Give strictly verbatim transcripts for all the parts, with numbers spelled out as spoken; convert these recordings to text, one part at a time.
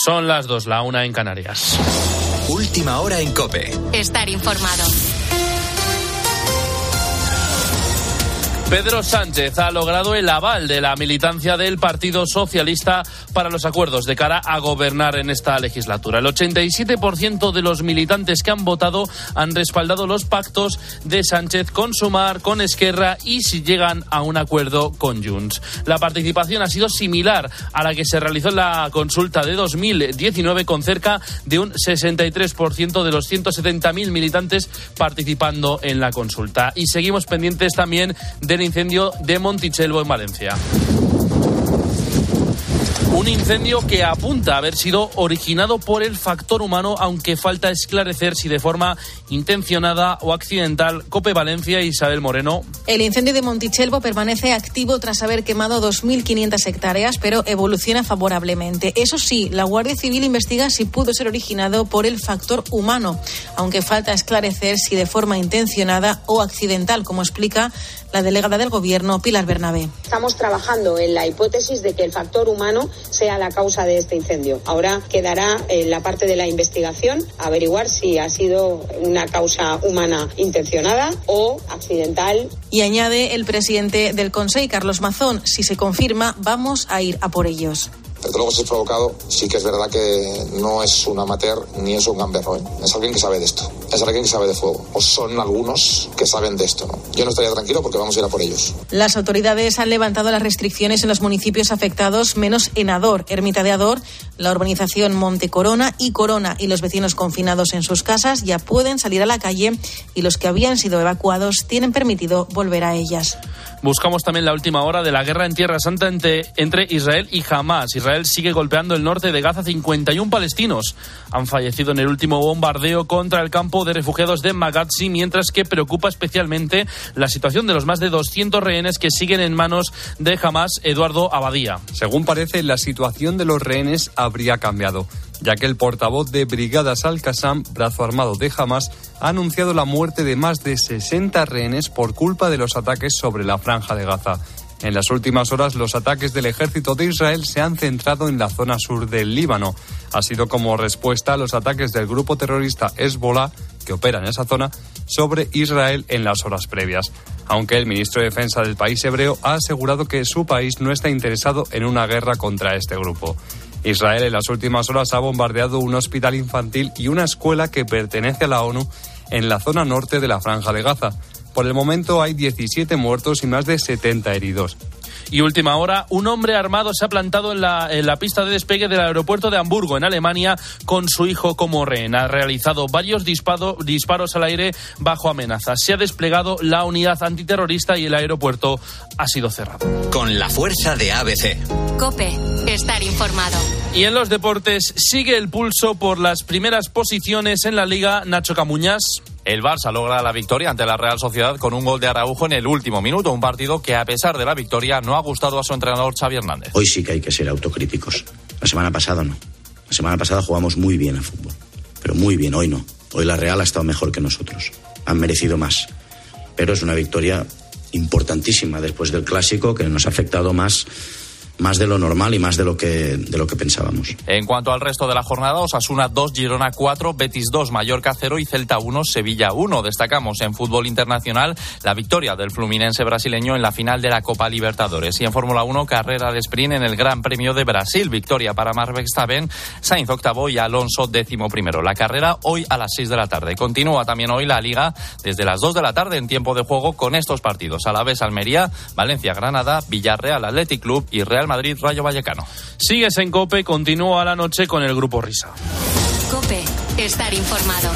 Son las dos, la una en Canarias. Última hora en COPE. Estar informado. Pedro Sánchez ha logrado el aval de la militancia del Partido Socialista para los acuerdos de cara a gobernar en esta legislatura. El ochenta y siete por ciento de los militantes que han votado han respaldado los pactos de Sánchez con Sumar, con Esquerra y si llegan a un acuerdo con Junts. La participación ha sido similar a la que se realizó en la consulta de dos mil diecinueve, con cerca de un sesenta y tres por ciento de los ciento setenta mil militantes participando en la consulta. Y seguimos pendientes también de el incendio de Montitxelvo en Valencia. Un incendio que apunta a haber sido originado por el factor humano, aunque falta esclarecer si de forma intencionada o accidental. COPE Valencia, Isabel Moreno. El incendio de Montitxelvo permanece activo tras haber quemado dos mil quinientas hectáreas, pero evoluciona favorablemente. Eso sí, la Guardia Civil investiga si pudo ser originado por el factor humano, aunque falta esclarecer si de forma intencionada o accidental, como explica la delegada del Gobierno, Pilar Bernabé. Estamos trabajando en la hipótesis de que el factor humano sea la causa de este incendio. Ahora quedará en la parte de la investigación averiguar si ha sido una causa humana intencionada o accidental. Y añade el presidente del Consell, Carlos Mazón, si se confirma, vamos a ir a por ellos. Desde luego, si es provocado, sí que es verdad que no es un amateur ni es un gamberro, ¿eh? Es alguien que sabe de esto, es alguien que sabe de fuego, o son algunos que saben de esto, ¿no? Yo no estaría tranquilo porque vamos a ir a por ellos. Las autoridades han levantado las restricciones en los municipios afectados, menos en Ador, Ermita de Ador, la urbanización Monte Corona y Corona, y los vecinos confinados en sus casas ya pueden salir a la calle y los que habían sido evacuados tienen permitido volver a ellas. Buscamos también la última hora de la guerra en Tierra Santa entre, entre Israel y Hamás. Israel sigue golpeando el norte de Gaza. cincuenta y uno palestinos han fallecido en el último bombardeo contra el campo de refugiados de Maghazi, mientras que preocupa especialmente la situación de los más de doscientos rehenes que siguen en manos de Hamás. Eduardo Abadía. Según parece, la situación de los rehenes habría cambiado, ya que el portavoz de Brigadas Al-Qassam, brazo armado de Hamás, ha anunciado la muerte de más de sesenta rehenes por culpa de los ataques sobre la franja de Gaza. En las últimas horas, los ataques del ejército de Israel se han centrado en la zona sur del Líbano. Ha sido como respuesta a los ataques del grupo terrorista Hezbollah, que opera en esa zona, sobre Israel en las horas previas. Aunque el ministro de Defensa del país hebreo ha asegurado que su país no está interesado en una guerra contra este grupo. Israel en las últimas horas ha bombardeado un hospital infantil y una escuela que pertenece a la ONU en la zona norte de la Franja de Gaza. Por el momento hay diecisiete muertos y más de setenta heridos. Y última hora, un hombre armado se ha plantado en la, en la pista de despegue del aeropuerto de Hamburgo, en Alemania, con su hijo como rehén. Ha realizado varios disparo, disparos al aire bajo amenaza. Se ha desplegado la unidad antiterrorista y el aeropuerto ha sido cerrado. Con la fuerza de A B C. COPE, estar informado. Y en los deportes sigue el pulso por las primeras posiciones en la Liga. Nacho Camuñas. El Barça logra la victoria ante la Real Sociedad con un gol de Araujo en el último minuto. Un partido que, a pesar de la victoria, no ha gustado a su entrenador Xavi Hernández. Hoy sí que hay que ser autocríticos. La semana pasada no. La semana pasada jugamos muy bien al fútbol. Pero muy bien, hoy no. Hoy la Real ha estado mejor que nosotros. Han merecido más. Pero es una victoria importantísima después del Clásico que nos ha afectado más... más de lo normal y más de lo que de lo que pensábamos. En cuanto al resto de la jornada, Osasuna dos, Girona cuatro, Betis dos, Mallorca cero y Celta uno, Sevilla uno. Destacamos en fútbol internacional la victoria del Fluminense brasileño en la final de la Copa Libertadores. Y en Fórmula uno, carrera de sprint en el Gran Premio de Brasil. Victoria para Max Verstappen, Sainz octavo y Alonso décimo primero. La carrera hoy a las seis de la tarde. Continúa también hoy la Liga desde las dos de la tarde en tiempo de juego con estos partidos: Alavés Almería, Valencia Granada, Villarreal Athletic Club y Real Madrid Rayo Vallecano. Sigues en COPE, continúa la noche con el Grupo Risa. COPE, estar informado.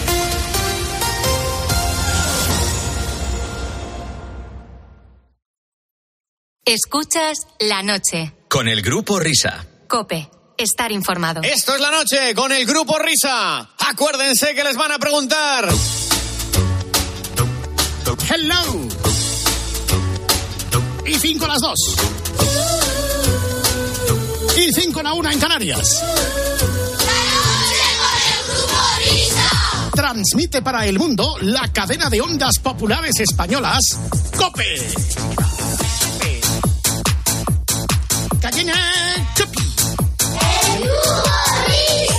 Escuchas la noche. Con el Grupo Risa. COPE, estar informado. Esto es la noche con el Grupo Risa. Acuérdense que les van a preguntar. Hello. Y cinco a las dos. Y cinco a la una en Canarias. Transmite para el mundo la cadena de ondas populares españolas COPE. Cadena COPE.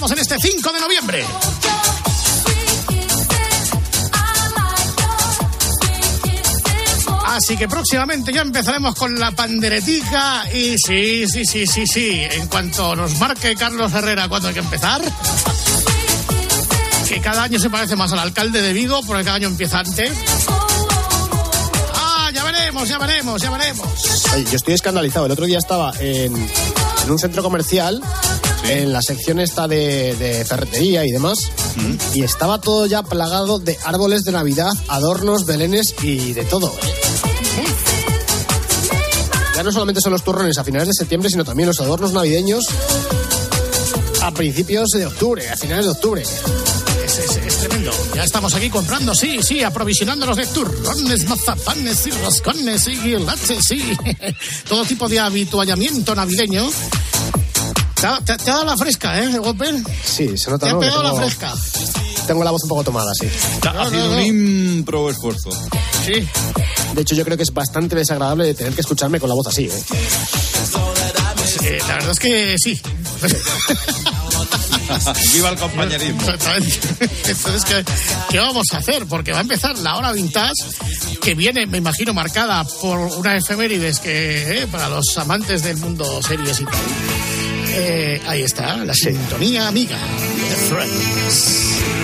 Estamos en este cinco de noviembre. Así que próximamente ya empezaremos con la panderetica y sí, sí, sí, sí, sí. En cuanto nos marque Carlos Herrera cuando hay que empezar, que cada año se parece más al alcalde de Vigo porque cada año empieza antes. Ah, ya veremos, ya veremos, ya veremos. Oye, yo estoy escandalizado. El otro día estaba en, en un centro comercial, sí, en la sección esta de, de ferretería y demás, ¿Mm? y estaba todo ya plagado de árboles de Navidad, adornos, belenes y de todo, ¿eh? Ya no solamente son los turrones a finales de septiembre, sino también los adornos navideños a principios de octubre, a finales de octubre. Es, es, es tremendo. Ya estamos aquí comprando, sí, sí, aprovisionándonos de turrones, mazapanes y roscones y guirlaches, sí. Todo tipo de habituallamiento navideño. ¿Te ha, te, te ha dado la fresca, eh, Whopper? Sí, se nota, ¿Te ¿no? ha pegado tengo, la fresca? Tengo la voz un poco tomada, sí. Ha sido un ímprobo esfuerzo. Sí. De hecho, yo creo que es bastante desagradable tener que escucharme con la voz así, ¿eh? Pues, eh la verdad es que sí. Viva el compañerismo. Exactamente. Entonces, ¿qué, ¿qué vamos a hacer? Porque va a empezar la hora vintage, que viene, me imagino, marcada por una efemérides que, eh, para los amantes del mundo series y tal. Eh, ahí está, la sintonía amiga de Friends.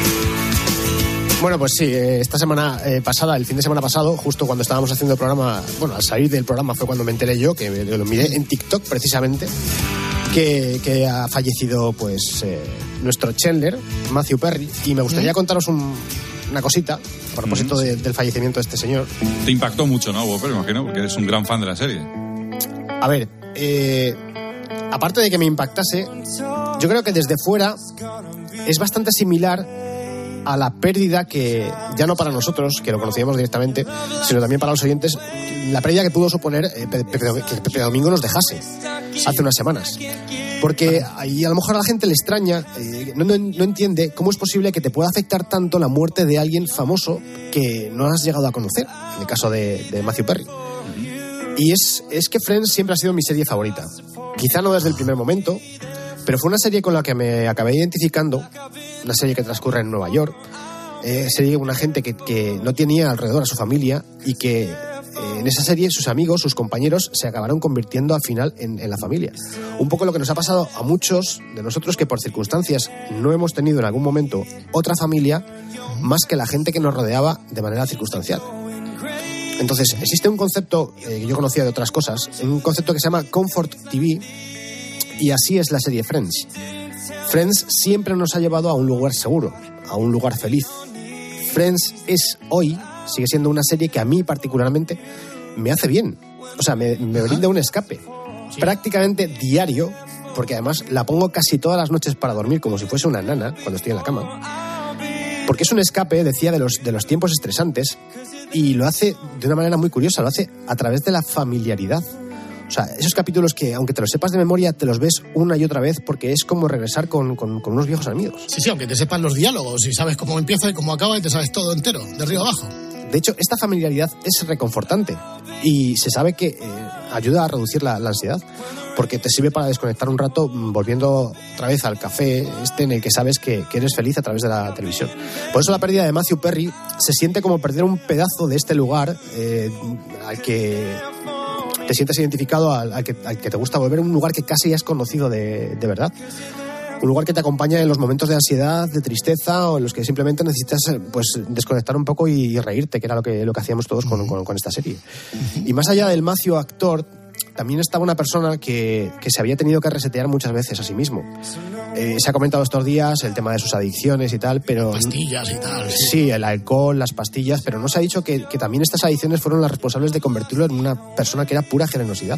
Bueno, pues sí, esta semana eh, pasada, el fin de semana pasado, justo cuando estábamos haciendo el programa, bueno, al salir del programa fue cuando me enteré yo, que me, lo miré en TikTok precisamente, que, que ha fallecido pues eh, nuestro Chandler, Matthew Perry, y me gustaría ¿Mm? contaros un, una cosita a propósito ¿Mm? de, del fallecimiento de este señor. Te impactó mucho, ¿no, Whopper? Me imagino, porque eres un gran fan de la serie. A ver, eh, aparte de que me impactase, yo creo que desde fuera es bastante similar a la pérdida que, ya no para nosotros, que lo conocíamos directamente, sino también para los oyentes, la pérdida que pudo suponer eh, que Pepe Domingo nos dejase hace unas semanas. Porque ahí a lo mejor a la gente le extraña, eh, no, no, no entiende cómo es posible que te pueda afectar tanto la muerte de alguien famoso que no has llegado a conocer, en el caso de, de Matthew Perry. Y es, es que Friends siempre ha sido mi serie favorita. Quizá no desde el primer momento, pero fue una serie con la que me acabé identificando, una serie que transcurre en Nueva York, eh, serie una gente que, que no tenía alrededor a su familia y que eh, en esa serie sus amigos, sus compañeros se acabaron convirtiendo al final en, en la familia. Un poco lo que nos ha pasado a muchos de nosotros que por circunstancias no hemos tenido en algún momento otra familia más que la gente que nos rodeaba de manera circunstancial. Entonces, existe un concepto eh, que yo conocía de otras cosas, un concepto que se llama Comfort T V, y así es la serie Friends. Friends siempre nos ha llevado a un lugar seguro, a un lugar feliz. Friends es hoy, sigue siendo una serie que a mí particularmente me hace bien. O sea, me, me brinda un escape. Sí. Prácticamente diario, porque además la pongo casi todas las noches para dormir, como si fuese una nana cuando estoy en la cama. Porque es un escape, decía, de los, de los tiempos estresantes, y lo hace de una manera muy curiosa, lo hace a través de la familiaridad. O sea, esos capítulos que, aunque te los sepas de memoria, te los ves una y otra vez porque es como regresar con, con, con unos viejos amigos. Sí, sí, aunque te sepas los diálogos y sabes cómo empieza y cómo acaba y te sabes todo entero, de arriba abajo. De hecho, esta familiaridad es reconfortante y se sabe que eh, ayuda a reducir la, la ansiedad, porque te sirve para desconectar un rato volviendo otra vez al café este en el que sabes que, que eres feliz a través de la televisión. Por eso la pérdida de Matthew Perry se siente como perder un pedazo de este lugar eh, al que te sientes identificado, al, al, que, al que te gusta volver, un lugar que casi has conocido de, de verdad. Un lugar que te acompaña en los momentos de ansiedad, de tristeza o en los que simplemente necesitas pues desconectar un poco y, y reírte, que era lo que, lo que hacíamos todos con, con, con esta serie. Y más allá del Matthew actor, también estaba una persona que, que se había tenido que resetear muchas veces a sí mismo. Eh, se ha comentado estos días el tema de sus adicciones y tal, pero... Pastillas y tal. Sí, sí, el alcohol, las pastillas, pero no se ha dicho que, que también estas adicciones fueron las responsables de convertirlo en una persona que era pura generosidad.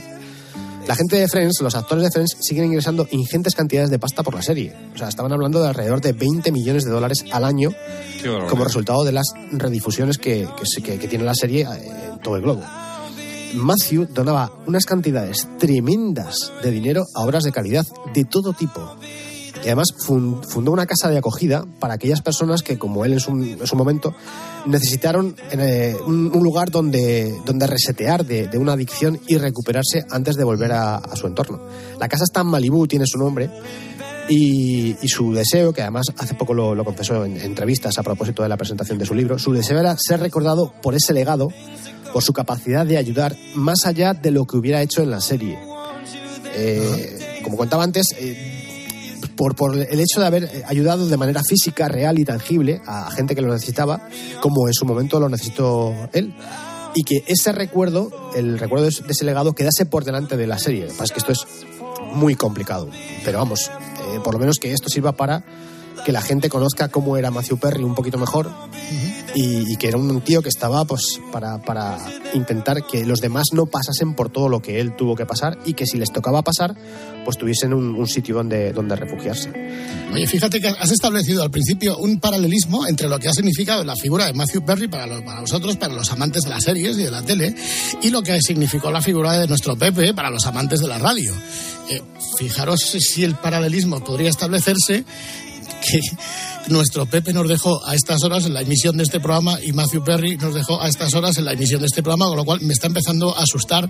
La gente de Friends, los actores de Friends, siguen ingresando ingentes cantidades de pasta por la serie. O sea, estaban hablando de alrededor de veinte millones de dólares al año como resultado de las redifusiones que, que, que tiene la serie en todo el globo. Matthew donaba unas cantidades tremendas de dinero a obras de calidad de todo tipo. Y además fundó una casa de acogida para aquellas personas que, como él en su, en su momento, necesitaron eh, un, un lugar donde, donde resetear de, de una adicción y recuperarse antes de volver a, a su entorno. La casa está en Malibú, tiene su nombre, Y, y su deseo, que además hace poco lo, lo confesó en, en entrevistas a propósito de la presentación de su libro, su deseo era ser recordado por ese legado, por su capacidad de ayudar más allá de lo que hubiera hecho en la serie. Eh, como contaba antes, eh, por, por el hecho de haber ayudado de manera física, real y tangible a gente que lo necesitaba, como en su momento lo necesitó él. Y que ese recuerdo, el recuerdo de ese legado, quedase por delante de la serie. Lo que pasa es que esto es muy complicado. Pero vamos, eh, por lo menos que esto sirva para que la gente conozca cómo era Matthew Perry un poquito mejor. Uh-huh. y, y que era un tío que estaba pues para, para intentar que los demás no pasasen por todo lo que él tuvo que pasar, y que si les tocaba pasar, pues tuviesen un, un sitio donde, donde refugiarse. Oye, fíjate que has establecido al principio un paralelismo entre lo que ha significado la figura de Matthew Perry para, los, para nosotros, para los amantes de las series y de la tele, y lo que significó la figura de nuestro Pepe para los amantes de la radio. Eh, fijaros si el paralelismo podría establecerse, que nuestro Pepe nos dejó a estas horas en la emisión de este programa y Matthew Perry nos dejó a estas horas en la emisión de este programa, con lo cual me está empezando a asustar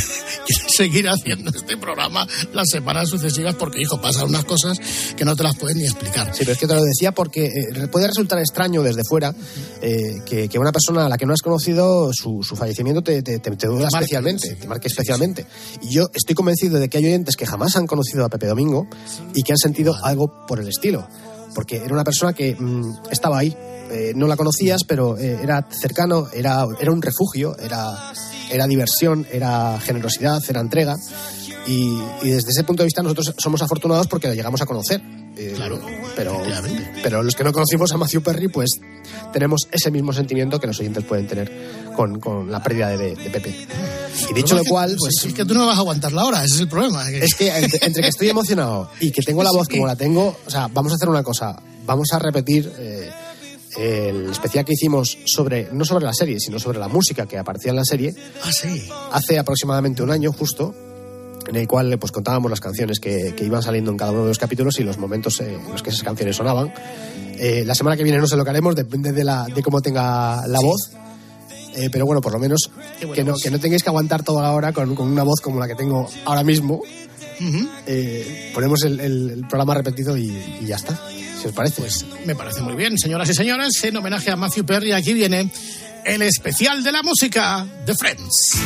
seguir haciendo este programa las semanas sucesivas, porque, hijo, pasan unas cosas que no te las pueden ni explicar. Sí, pero es que te lo decía porque eh, puede resultar extraño desde fuera eh, que, que una persona a la que no has conocido, su, su fallecimiento te, te, te, te duela especialmente, te marque especialmente. Y yo estoy convencido de que hay oyentes que jamás han conocido a Pepe Domingo y que han sentido algo por el estilo. Porque era una persona que mmm, estaba ahí, eh, no la conocías, pero eh, era cercano, era, era un refugio, era, era diversión, era generosidad, era entrega. Y, y desde ese punto de vista nosotros somos afortunados porque lo llegamos a conocer. Eh, claro, pero, pero los que no conocimos a Matthew Perry, pues tenemos ese mismo sentimiento que los oyentes pueden tener con, con la pérdida de, de Pepe. Y dicho lo cual, pues... Es que tú no me vas a aguantar la hora, ese es el problema. Es que entre, entre que estoy emocionado y que tengo la voz como la tengo, o sea, vamos a hacer una cosa, vamos a repetir eh, el especial que hicimos sobre, no sobre la serie, sino sobre la música que aparecía en la serie. Ah, sí. Hace aproximadamente un año, justo, en el cual pues contábamos las canciones que, que iban saliendo en cada uno de los capítulos y los momentos eh, en los que esas canciones sonaban. Eh, la semana que viene no sé lo que haremos, depende de, la, de cómo tenga la sí. voz. Eh, pero bueno, por lo menos que no, que no tengáis que aguantar toda la hora con, con una voz como la que tengo ahora mismo. Uh-huh. Eh, ponemos el, el, el programa repetido y, y ya está, si os parece. Pues me parece muy bien, señoras y señores. En homenaje a Matthew Perry, aquí viene el especial de la música de Friends.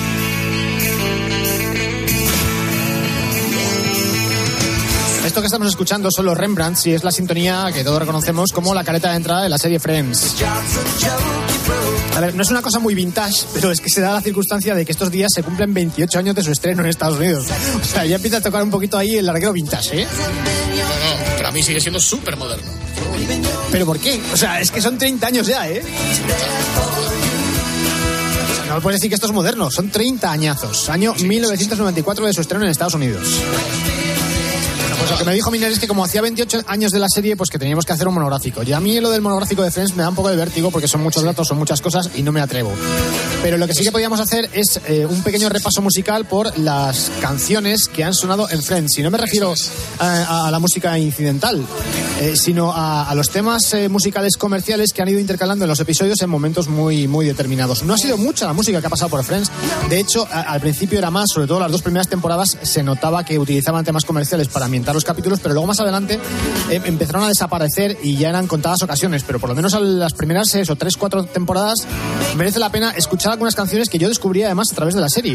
Esto que estamos escuchando son los Rembrandts y es la sintonía que todos reconocemos como la careta de entrada de la serie Friends. A ver, no es una cosa muy vintage, pero es que se da la circunstancia de que estos días se cumplen veintiocho años de su estreno en Estados Unidos. O sea, ya empieza a tocar un poquito ahí el larguero vintage, ¿eh? No, no, para mí sigue siendo súper moderno. ¿Pero por qué? O sea, es que son treinta años ya, ¿eh? O sea, no me puedes decir que esto es moderno, son treinta añazos. Año mil novecientos noventa y cuatro de su estreno en Estados Unidos. Pues lo que me dijo Miner es que como hacía veintiocho años de la serie, pues que teníamos que hacer un monográfico. Y a mí lo del monográfico de Friends me da un poco de vértigo porque son muchos datos, son muchas cosas y no me atrevo. Pero lo que sí que podíamos hacer es eh, un pequeño repaso musical por las canciones que han sonado en Friends. Y no me refiero a, a la música incidental, eh, sino a, a los temas eh, musicales comerciales que han ido intercalando en los episodios en momentos muy, muy determinados. No ha sido mucha la música que ha pasado por Friends. De hecho, a, al principio era más, sobre todo las dos primeras temporadas, se notaba que utilizaban temas comerciales para ambientar los capítulos, pero luego más adelante eh, empezaron a desaparecer y ya eran contadas ocasiones, pero por lo menos a las primeras eso, tres, cuatro temporadas merece la pena escuchar algunas canciones que yo descubrí además a través de la serie.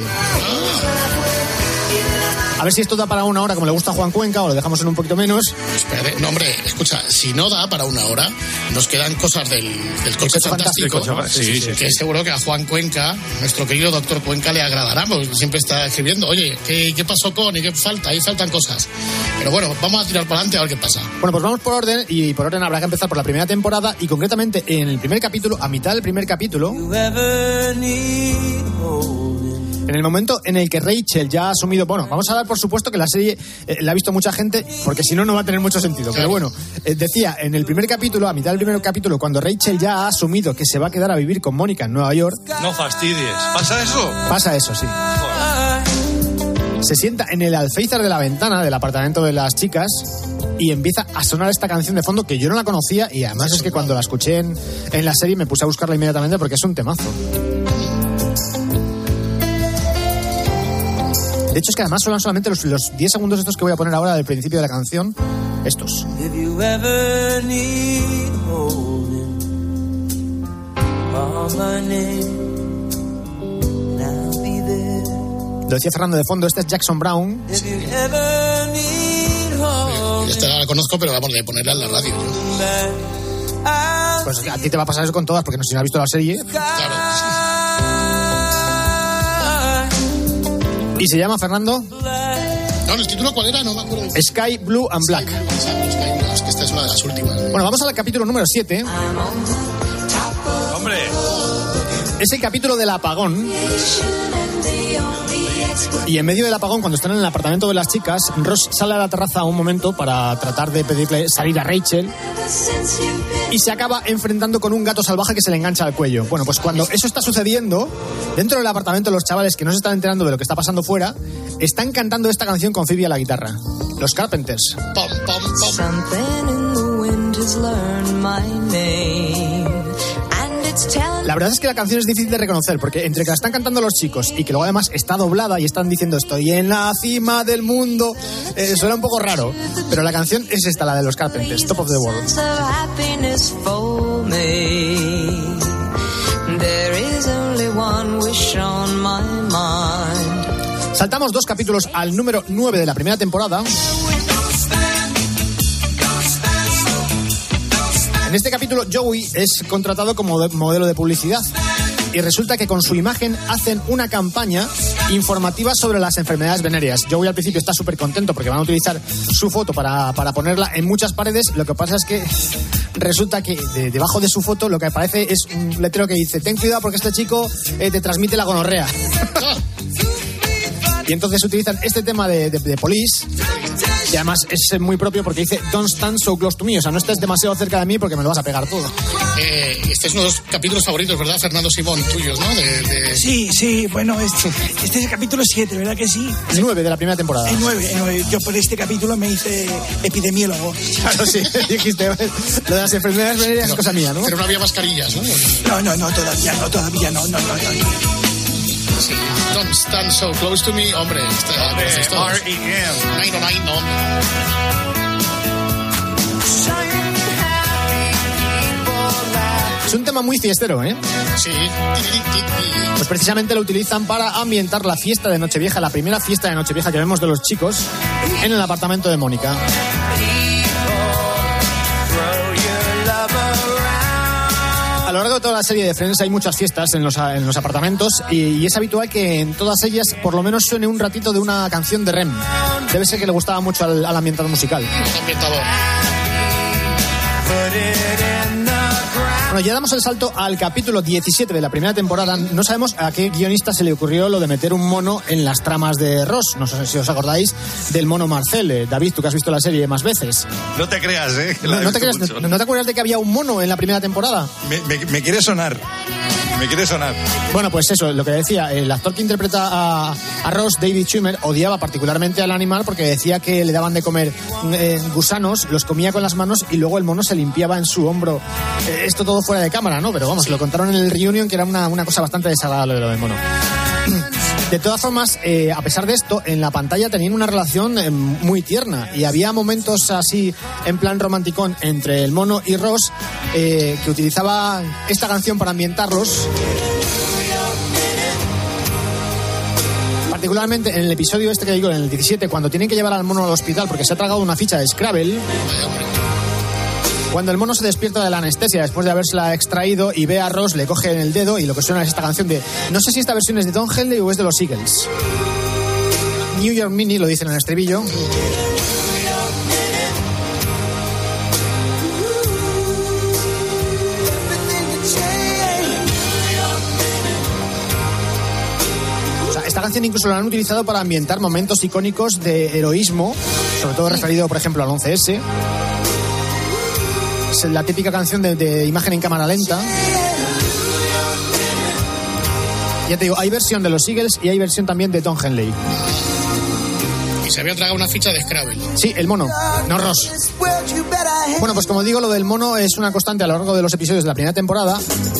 A ver si esto da para una hora como le gusta a Juan Cuenca o lo dejamos en un poquito menos. Espérate, no hombre, escucha, si no da para una hora, nos quedan cosas del, del Coche Fantástico, fantástico sí, sí, sí, que sí. Seguro que a Juan Cuenca, nuestro querido doctor Cuenca, le agradará, porque siempre está escribiendo, oye, ¿qué, qué pasó con y qué falta? Ahí faltan cosas. Pero bueno, vamos a tirar para adelante a ver qué pasa. Bueno, pues vamos por orden, y por orden habrá que empezar por la primera temporada, y concretamente en el primer capítulo, a mitad del primer capítulo, en el momento en el que Rachel ya ha asumido... Bueno, vamos a dar por supuesto que la serie eh, la ha visto mucha gente, porque si no, no va a tener mucho sentido. Pero bueno, eh, decía, en el primer capítulo, a mitad del primer capítulo, cuando Rachel ya ha asumido que se va a quedar a vivir con Mónica en Nueva York... No fastidies. ¿Pasa eso? Pasa eso, sí. Joder. Se sienta en el alféizar de la ventana del apartamento de las chicas y empieza a sonar esta canción de fondo que yo no la conocía, y además es que cuando la escuché en, en la serie me puse a buscarla inmediatamente porque es un temazo. De hecho, es que además son solamente los, los diez segundos estos que voy a poner ahora del principio de la canción, estos. If you ever need holding, call my name, and I'll be there. Lo decía Fernando de fondo, este es Jackson Brown. If you ever need holding. Esta la conozco, pero vamos, de ponerla en la radio. Yo. Pues a ti te va a pasar eso con todas, porque no sé si no has visto la serie. Claro. ¿Y se llama, Fernando? No, ¿el título cuál era? No me acuerdo. Sky, Blue and Black. Exacto, Sky Blue. Es que esta es una de las últimas. Bueno, vamos al capítulo número siete. ¡Hombre! Es el capítulo del apagón. Y en medio del apagón, cuando están en el apartamento de las chicas, Ross sale a la terraza un momento para tratar de pedirle salir a Rachel y se acaba enfrentando con un gato salvaje que se le engancha al cuello. Bueno, pues cuando eso está sucediendo, dentro del apartamento los chavales que no se están enterando de lo que está pasando fuera, están cantando esta canción con Phoebe a la guitarra. Los Carpenters. Pom, pom, pom. Something in the wind has learned my name. La verdad es que la canción es difícil de reconocer, porque entre que la están cantando los chicos y que luego además está doblada y están diciendo estoy en la cima del mundo, eh, suena un poco raro, pero la canción es esta, la de los Carpenters, Top of the World. Saltamos dos capítulos al número nueve de la primera temporada. En este capítulo, Joey es contratado como modelo de publicidad y resulta que con su imagen hacen una campaña informativa sobre las enfermedades venéreas. Joey al principio está súper contento porque van a utilizar su foto para, para ponerla en muchas paredes. Lo que pasa es que resulta que de, debajo de su foto lo que aparece es un letrero que dice ten cuidado porque este chico eh, te transmite la gonorrea. Y entonces utilizan este tema de, de, de Police, y además es muy propio porque dice don't stand so close to me, o sea, no estés demasiado cerca de mí porque me lo vas a pegar todo. Eh, este es uno de los capítulos favoritos, ¿verdad, Fernando Simón? Tuyos, ¿no? De, de... Sí, sí, bueno, este, este es el capítulo siete, ¿verdad que sí? El nueve de la primera temporada. El nueve, el nueve. Yo por este capítulo me hice epidemiólogo. Claro, sí, dijiste, lo de las enfermedades venéreas es cosa mía, ¿no? Pero no había mascarillas, ¿no? No, no, no, todavía no, todavía no, no, no, no. Sí. Don't stand so close to me, hombre. R E M nueve cero nueve, no, hombre. Es un tema muy fiestero, ¿eh? Sí. Pues precisamente lo utilizan para ambientar la fiesta de Nochevieja, la primera fiesta de Nochevieja que vemos de los chicos en el apartamento de Mónica. A lo largo de toda la serie de Friends hay muchas fiestas en los, en los apartamentos y, y es habitual que en todas ellas por lo menos suene un ratito de una canción de Rem. Debe ser que le gustaba mucho al, al ambientador musical. Ambientador. Bueno, ya damos el salto al capítulo diecisiete de la primera temporada. No sabemos a qué guionista se le ocurrió lo de meter un mono en las tramas de Ross. No sé si os acordáis del mono Marcel. Eh, David, tú que has visto la serie más veces. No te creas, ¿eh? No, no, te creas, no, ¿No te acuerdas de que había un mono en la primera temporada? Me, me, me quiere sonar. Me quiere sonar. Bueno, pues eso, lo que decía, el actor que interpreta a, a Ross, David Schwimmer, odiaba particularmente al animal porque decía que le daban de comer eh, gusanos, los comía con las manos y luego el mono se limpiaba en su hombro. Eh, esto todo fuera de cámara, ¿no? Pero vamos, lo contaron en el reunion que era una, una cosa bastante desagradable de lo del mono. De todas formas, eh, a pesar de esto, en la pantalla tenían una relación eh, muy tierna y había momentos así en plan romanticón entre el mono y Ross eh, que utilizaba esta canción para ambientarlos. Particularmente en el episodio este que digo, en el diecisiete, cuando tienen que llevar al mono al hospital porque se ha tragado una ficha de Scrabble. Cuando el mono se despierta de la anestesia después de habérsela extraído y ve a Ross, le coge en el dedo y lo que suena es esta canción de... No sé si esta versión es de Don Henley o es de los Eagles. New York Mini, lo dicen en el estribillo. O sea, esta canción incluso la han utilizado para ambientar momentos icónicos de heroísmo, sobre todo referido, por ejemplo, al once ese. Es la típica canción de, de imagen en cámara lenta. Ya te digo, hay versión de los Eagles y hay versión también de Don Henley. Y se había tragado una ficha de Scrabble. Sí, el mono, no Ross. Bueno, pues como digo, lo del mono es una constante a lo largo de los episodios de la primera temporada.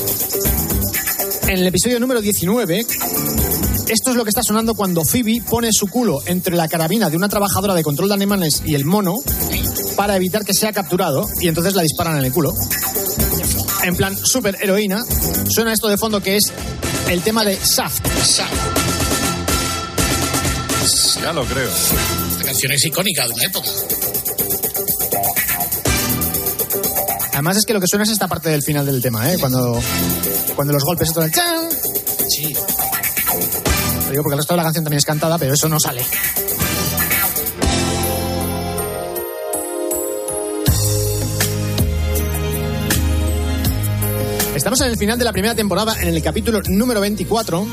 En el episodio número diecinueve, esto es lo que está sonando cuando Phoebe pone su culo entre la carabina de una trabajadora de control de animales y el mono para evitar que sea capturado y entonces la disparan en el culo. En plan super heroína. Suena esto de fondo que es el tema de Shaft. Shaft. Ya lo creo. Esta canción es icónica de una época. Además es que lo que suena es esta parte del final del tema, ¿eh? Cuando, cuando los golpes estos... Sí. Lo digo porque el resto de la canción también es cantada, pero eso no sale. Estamos en el final de la primera temporada, en el capítulo número veinticuatro.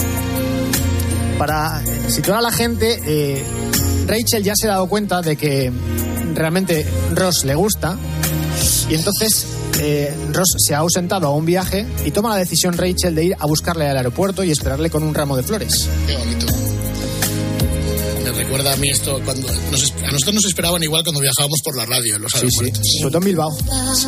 Para situar a la gente, eh, Rachel ya se ha dado cuenta de que realmente Ross le gusta. Y entonces eh, Ross se ha ausentado a un viaje y toma la decisión Rachel de ir a buscarle al aeropuerto y esperarle con un ramo de flores. Qué bonito. Me recuerda a mí esto cuando nos, a nosotros nos esperaban igual cuando viajábamos por la radio en los aeropuertos. Sí, sí. Sobre todo en Bilbao. Sí.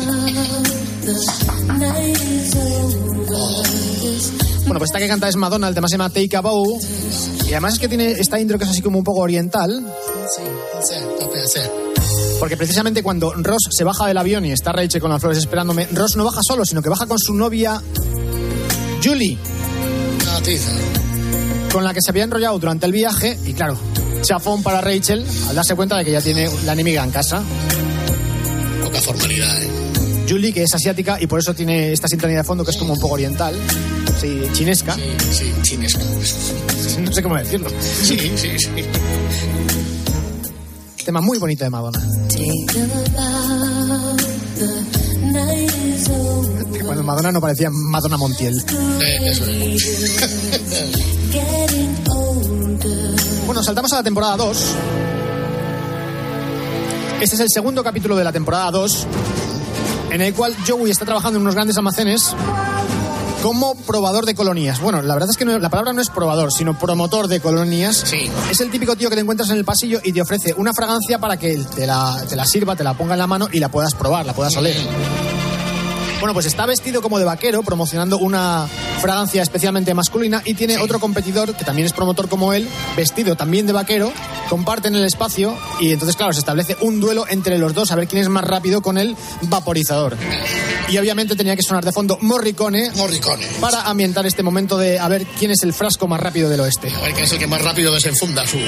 Oh. Bueno, pues esta que canta es Madonna, el tema se llama Take a Bow. Y además es que tiene esta intro que es así como un poco oriental. Sí, sí, puede ser. Porque precisamente cuando Ross se baja del avión y está Rachel con las flores esperándome, Ross no baja solo, sino que baja con su novia Julie, Ah, tiza. con la que se había enrollado durante el viaje. Y claro, chafón para Rachel al darse cuenta de que ya tiene la enemiga en casa. Poca formalidad, ¿eh? Julie, que es asiática y por eso tiene esta sintonía de fondo que es como un poco oriental, sí, chinesca. Sí, sí, chinesca. No sé cómo decirlo. Sí, sí, sí. Tema muy bonito de Madonna. Cuando Madonna no parecía Madonna Montiel. Eh, eso es. Bueno, saltamos a la temporada dos. Este es el segundo capítulo de la temporada dos, en el cual Joey está trabajando en unos grandes almacenes como probador de colonías. Bueno, la verdad es que no, la palabra no es probador, sino promotor de colonías. Sí. Es el típico tío que te encuentras en el pasillo y te ofrece una fragancia para que te la, te la sirva, te la ponga en la mano y la puedas probar, la puedas oler. Bueno, pues está vestido como de vaquero, promocionando una fragancia especialmente masculina, y tiene otro competidor que también es promotor como él, vestido también de vaquero, comparten el espacio y entonces, claro, se establece un duelo entre los dos a ver quién es más rápido con el vaporizador. Y obviamente tenía que sonar de fondo Morricone, Morricone. para ambientar este momento de a ver quién es el frasco más rápido del oeste. A ver quién es el que más rápido desenfunda su...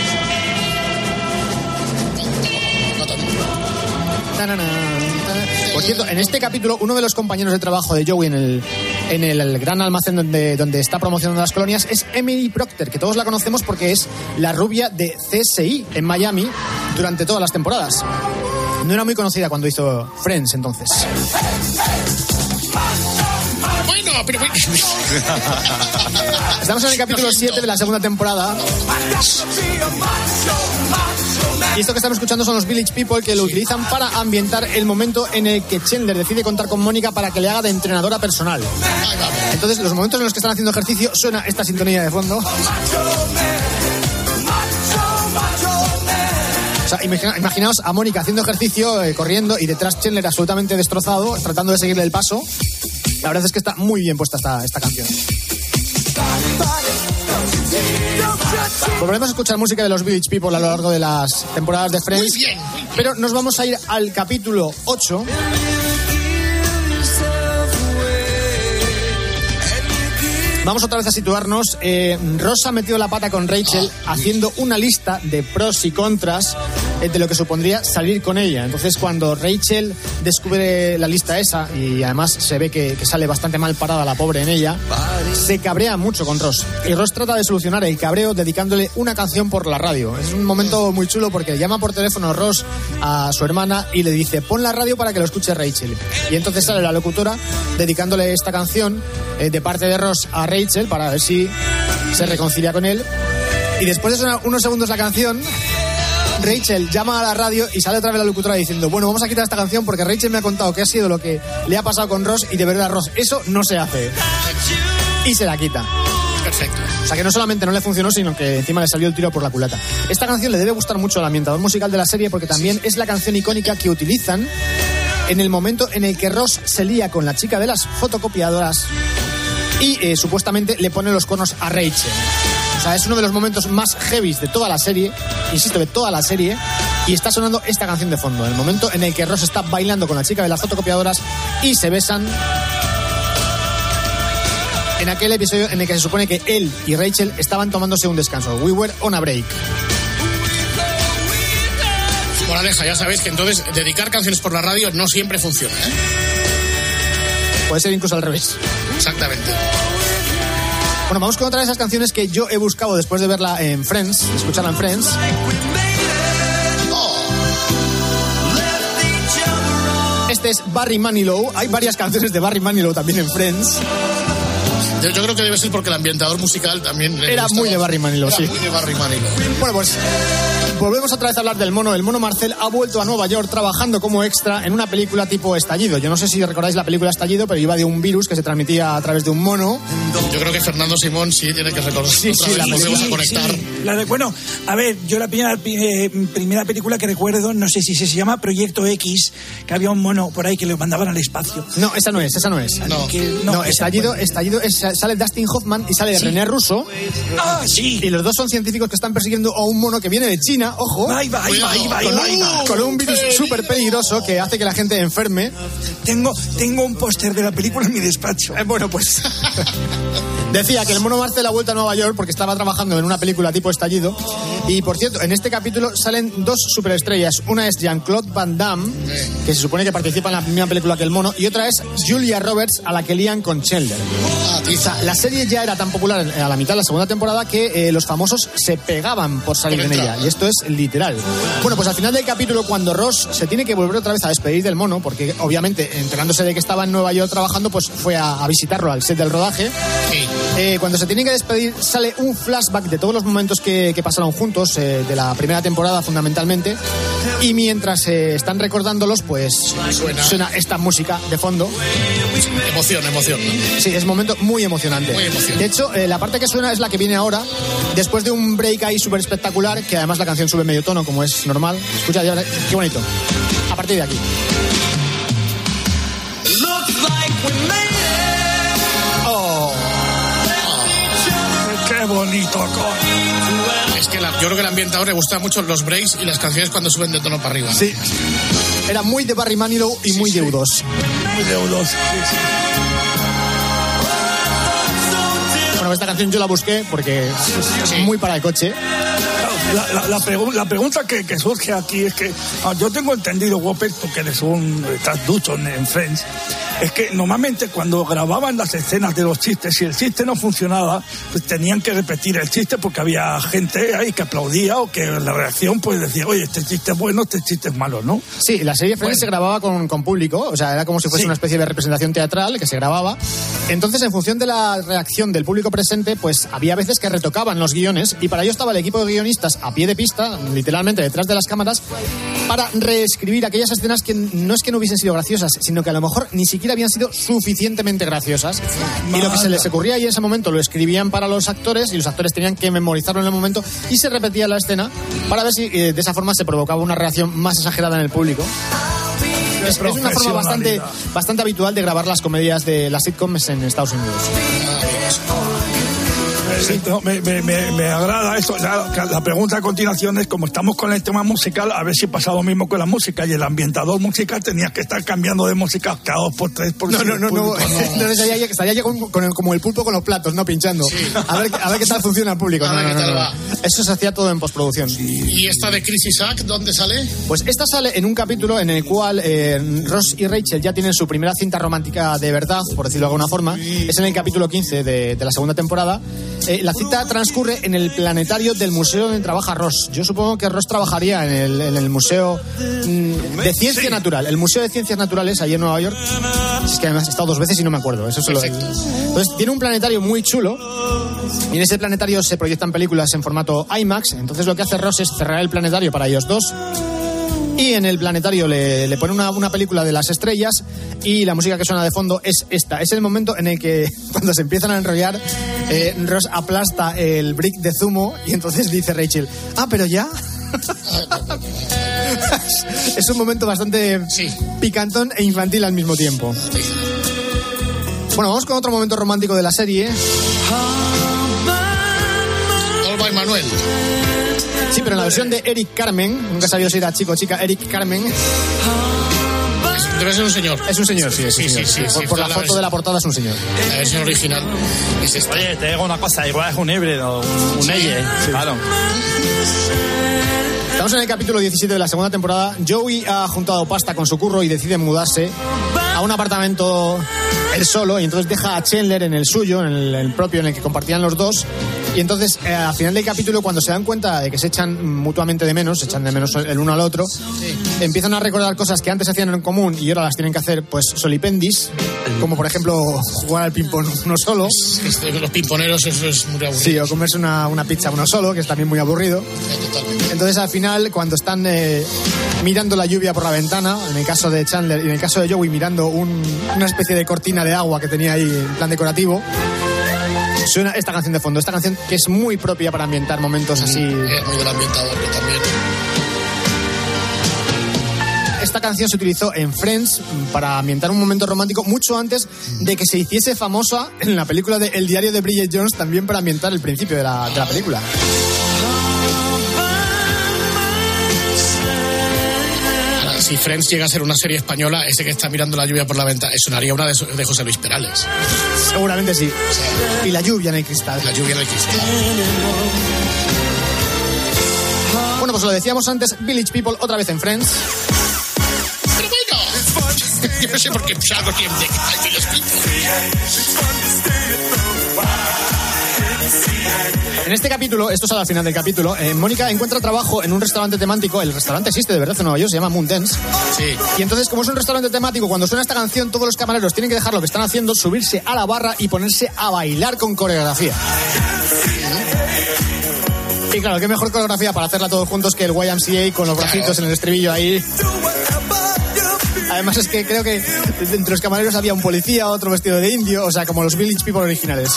Por cierto, en este capítulo, uno de los compañeros de trabajo de Joey en el, en el, el gran almacén donde, donde está promocionando las colonias es Emily Procter, que todos la conocemos porque es la rubia de C S I en Miami durante todas las temporadas. No era muy conocida cuando hizo Friends, entonces. Bueno, pero... Estamos en el capítulo siete de la segunda temporada. Y esto que estamos escuchando son los Village People, que lo utilizan para ambientar el momento en el que Chandler decide contar con Mónica para que le haga de entrenadora personal. Entonces, los momentos en los que están haciendo ejercicio, suena esta sintonía de fondo. O sea, imagina, imaginaos a Mónica haciendo ejercicio, eh, corriendo, y detrás Chandler absolutamente destrozado, tratando de seguirle el paso. La verdad es que está muy bien puesta esta, esta canción. Volveremos a escuchar música de los Village People a lo largo de las temporadas de Friends. Muy bien, muy bien. Pero nos vamos a ir al capítulo ocho. Vamos otra vez a situarnos. Eh, Ross ha metido la pata con Rachel haciendo una lista de pros y contras de lo que supondría salir con ella. Entonces, cuando Rachel descubre la lista esa, y además se ve que, que sale bastante mal parada la pobre en ella, se cabrea mucho con Ross. Y Ross trata de solucionar el cabreo dedicándole una canción por la radio. Es un momento muy chulo porque llama por teléfono Ross a su hermana y le dice: pon la radio para que lo escuche Rachel. Y entonces sale la locutora dedicándole esta canción eh, de parte de Ross a Rachel para ver si se reconcilia con él. Y después de sonar unos segundos la canción, Rachel llama a la radio y sale otra vez la locutora diciendo: bueno, vamos a quitar esta canción porque Rachel me ha contado que ha sido lo que le ha pasado con Ross y de verdad, Ross, eso no se hace. Y se la quita. Perfecto. O sea que no solamente no le funcionó, sino que encima le salió el tiro por la culata. Esta canción le debe gustar mucho al ambientador musical de la serie porque también es la canción icónica que utilizan en el momento en el que Ross se lía con la chica de las fotocopiadoras y eh, supuestamente le pone los cuernos a Rachel. O sea, es uno de los momentos más heavy de toda la serie, insisto, de toda la serie, y está sonando esta canción de fondo, en el momento en el que Ross está bailando con la chica de las fotocopiadoras y se besan. En aquel episodio en el que se supone que él y Rachel estaban tomándose un descanso. We were on a break. Moraleja, ya sabéis que entonces dedicar canciones por la radio no siempre funciona, ¿eh? Puede ser incluso al revés. Exactamente. Bueno, vamos con otra de esas canciones que yo he buscado después de verla en Friends, escucharla en Friends. Oh. Este es Barry Manilow. Hay varias canciones de Barry Manilow también en Friends. Yo, yo creo que debe ser porque el ambientador musical también... Era muy de Barry Manilow, Era sí. muy de Barry Manilow. Bueno, pues volvemos otra vez a hablar del mono. El mono Marcel ha vuelto a Nueva York trabajando como extra en una película tipo Estallido. Yo no sé si recordáis la película Estallido, pero iba de un virus que se transmitía a través de un mono. Yo creo que Fernando Simón sí tiene que recordar. Sí, otra sí, vez, la volvemos sí, a conectar. Sí. La de, bueno, a ver, yo la primera, eh, primera película que recuerdo, no sé si se, se llama Proyecto X, que había un mono por ahí que lo mandaban al espacio. No, esa no es, esa no es. No, que, no, no Estallido, esa, Estallido es, sale Dustin Hoffman y sale Sí. René Russo. Ah, sí. Y los dos son científicos que están persiguiendo a un mono que viene de China, ojo. Ahí va, ahí va, ahí va, ahí va, ahí va. Con un virus súper peligroso que hace que la gente enferme. Tengo, tengo un póster de la película en mi despacho. Eh, bueno, pues... Decía que el mono Marcel ha vuelto a Nueva York porque estaba trabajando en una película tipo Estallido. Y, por cierto, en este capítulo salen dos superestrellas. Una es Jean-Claude Van Damme, que se supone que participa en la misma película que el mono. Y otra es Julia Roberts, a la que lían con Chandler. O sea, la serie ya era tan popular a la mitad de la segunda temporada que eh, los famosos se pegaban por salir en ella. Y esto es literal. Bueno, pues al final del capítulo, cuando Ross se tiene que volver otra vez a despedir del mono, porque obviamente enterándose de que estaba en Nueva York trabajando, pues fue a, a visitarlo al set del rodaje. Sí. Eh, cuando se tiene que despedir, sale un flashback de todos los momentos que, que pasaron juntos, eh, de la primera temporada fundamentalmente. Y mientras eh, están recordándolos, pues Suena. suena esta música de fondo. Emoción, emoción, ¿no? Sí, es un momento muy emocionante. Muy emocionante. De hecho, eh, la parte que suena es la que viene ahora, después de un break ahí súper espectacular, que además la canción sube medio tono, como es normal. Escucha, ya, qué bonito. A partir de aquí. Oh. Qué bonito, coño. Es que la, yo creo que al ambientador le gustan mucho los breaks y las canciones cuando suben de tono para arriba. Sí. Era muy de Barry Manilow y muy de U dos. Muy de U dos. Sí, sí. Bueno, esta canción yo la busqué porque es muy para el coche. La, la, la, pregu- la pregunta que, que surge aquí es que ah, yo tengo entendido, Whopper, tú que eres un estás ducho en, en Friends, es que normalmente cuando grababan las escenas de los chistes, si el chiste no funcionaba, pues tenían que repetir el chiste porque había gente ahí que aplaudía o que la reacción pues decía, oye, este chiste es bueno, este chiste es malo, ¿no? Sí, la serie Friends bueno. se grababa con, con público, o sea, era como si fuese sí. una especie de representación teatral que se grababa. Entonces, en función de la reacción del público presente, pues había veces que retocaban los guiones y para ello estaba el equipo de guionistas a pie de pista, literalmente detrás de las cámaras, para reescribir aquellas escenas que no es que no hubiesen sido graciosas, sino que a lo mejor ni siquiera habían sido suficientemente graciosas. Y lo que se les ocurría ahí en ese momento lo escribían para los actores y los actores tenían que memorizarlo en el momento y se repetía la escena para ver si eh, de esa forma se provocaba una reacción más exagerada en el público. Es, es una forma bastante, bastante habitual de grabar las comedias de las sitcoms en Estados Unidos. Sí, no, me, me, me, me agrada esto. La, la pregunta a continuación es, como estamos con el tema musical, a ver si pasa lo mismo con la música. Y el ambientador musical tenía que estar cambiando de música cada dos por tres. Por no, si no, no, no, no. no estaría, estaría con, con el, como el pulpo con los platos, no pinchando. Sí. A, ver, a ver qué tal funciona el público. No, no, no, no, no. Eso se hacía todo en postproducción. ¿Y esta de Chris Isaac, dónde sale? Pues esta sale en un capítulo en el cual eh, Ross y Rachel ya tienen su primera cinta romántica de verdad, por decirlo de alguna forma. Sí. Es en el capítulo quince de, de la segunda temporada. Eh, la cita transcurre en el planetario del museo donde trabaja Ross. Yo supongo que Ross trabajaría en el, en el museo mmm, de ciencia sí. natural, el museo de ciencias naturales allí en Nueva York. Es que además he estado dos veces y no me acuerdo. Eso solo. Entonces tiene un planetario muy chulo y en ese planetario se proyectan películas en formato IMAX. Entonces lo que hace Ross es cerrar el planetario para ellos dos. Y en el planetario le, le pone una, una película de las estrellas y la música que suena de fondo es esta. Es el momento en el que cuando se empiezan a enrollar, eh, Ross aplasta el brick de zumo y entonces dice Rachel, ah, pero ya. Es un momento bastante sí. picantón e infantil al mismo tiempo. Sí. Bueno, vamos con otro momento romántico de la serie. All by Manuel. Sí, pero en la versión de Eric Carmen, nunca he sabido si era chico o chica, Eric Carmen. Debe ser un señor. Es un señor, sí, es un sí, señor. sí, sí, Por, sí, por la la foto versión- de la portada es un señor. La versión original es esta. Oye, te digo una cosa, igual es un híbrido, un, un elle. Claro. Estamos en el capítulo diecisiete de la segunda temporada. Joey ha juntado pasta con su curro y decide mudarse a un apartamento él solo, y entonces deja a Chandler en el suyo, en el, el propio en el que compartían los dos. Y entonces, eh, al final del capítulo, cuando se dan cuenta de que se echan mutuamente de menos, se echan de menos el uno al otro, sí. empiezan a recordar cosas que antes hacían en común y ahora las tienen que hacer, pues, solipendis, como por ejemplo jugar al ping-pong uno solo. Este, los pimponeros, eso es muy aburrido. Sí, o comerse una, una pizza uno solo, que es también muy aburrido. Entonces, al final, cuando están eh, mirando la lluvia por la ventana, en el caso de Chandler y en el caso de Joey, mirando un, una especie de cortina de agua que tenía ahí en plan decorativo, suena esta canción de fondo. Esta canción que es muy propia para ambientar momentos así. Es muy del ambientador, que también. Esta canción se utilizó en Friends para ambientar un momento romántico mucho antes de que se hiciese famosa en la película de El diario de Bridget Jones, también para ambientar el principio de la, de la película. Si Friends llega a ser una serie española, ese que está mirando la lluvia por la ventana, sonaría una de, de José Luis Perales. Seguramente sí. Y la lluvia en el cristal. La lluvia en el cristal. Bueno, pues lo decíamos antes, Village People otra vez en Friends. Pero bueno, yo no sé por qué salgo siempre. Ay, Village People. En este capítulo, esto sale al final del capítulo, eh, Mónica encuentra trabajo en un restaurante temático. El restaurante existe de verdad en Nueva York, se llama Moon Dance. Sí. Y entonces, como es un restaurante temático, cuando suena esta canción, todos los camareros tienen que dejar lo que están haciendo, subirse a la barra y ponerse a bailar con coreografía. Y claro, qué mejor coreografía para hacerla todos juntos que el Y M C A con los bracitos en el estribillo ahí. Además es que creo que entre los camareros había un policía, otro vestido de indio, o sea, como los Village People originales.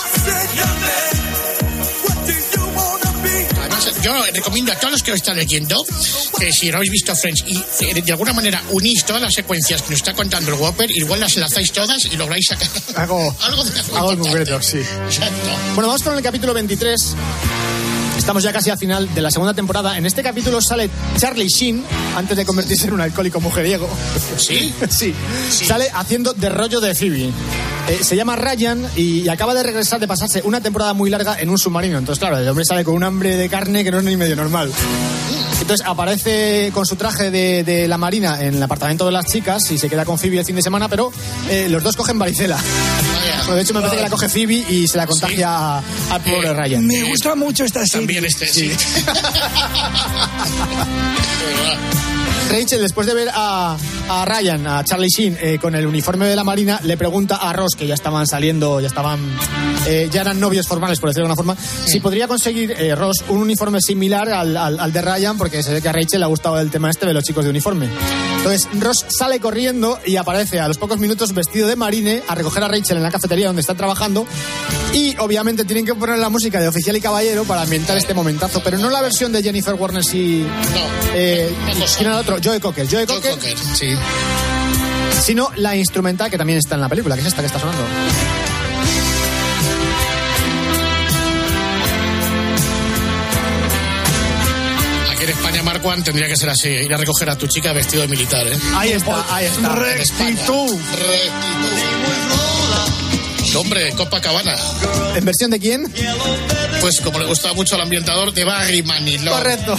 Yo recomiendo a todos los que lo están leyendo que si no habéis visto Friends y de alguna manera unís todas las secuencias que nos está contando el Whopper, igual las enlazáis todas y lográis sacar algo, algo, de algo en concreto, sí. Exacto. Bueno, vamos con el capítulo veintitrés. Estamos ya casi al final de la segunda temporada. En este capítulo sale Charlie Sheen antes de convertirse en un alcohólico mujeriego. ¿Sí? Sí. Sí. Sale haciendo de rollo de Phoebe. Eh, se llama Ryan y acaba de regresar de pasarse una temporada muy larga en un submarino. Entonces, claro, el hombre sale con un hambre de carne que no es ni medio normal. Entonces aparece con su traje de, de la marina en el apartamento de las chicas y se queda con Phoebe el fin de semana, pero eh, los dos cogen varicela. Bueno, de hecho me parece que la coge Phoebe y se la contagia ¿Sí? al pobre eh, Ryan. Me gusta mucho esta serie. También este, sí. sí. Rachel, después de ver a, a Ryan, a Charlie Sheen, eh, con el uniforme de la Marina, le pregunta a Ross, que ya estaban saliendo, ya estaban, eh, ya eran novios formales, por decirlo de alguna forma, sí. si podría conseguir eh, Ross un uniforme similar al, al, al de Ryan, porque se ve que a Rachel le ha gustado el tema este de los chicos de uniforme. Entonces Ross sale corriendo y aparece a los pocos minutos vestido de marine a recoger a Rachel en la cafetería donde están trabajando, y obviamente tienen que poner la música de Oficial y Caballero para ambientar este momentazo, pero no la versión de Jennifer Warnes y... No, eh, ¿quién era el otro? Joe Cocker. Joe Cocker, Joe Cocker, sí. Sino la instrumental que también está en la película, que es esta que está sonando. Aquí en España, Marco Juan, tendría que ser así, ir a recoger a tu chica vestido de militar, ¿eh? Ahí está, ahí está. Rectitud. Rectitud. Hombre, Copacabana. ¿En versión de quién? Pues como le gustaba mucho al ambientador, de Barry Manilow. Correcto.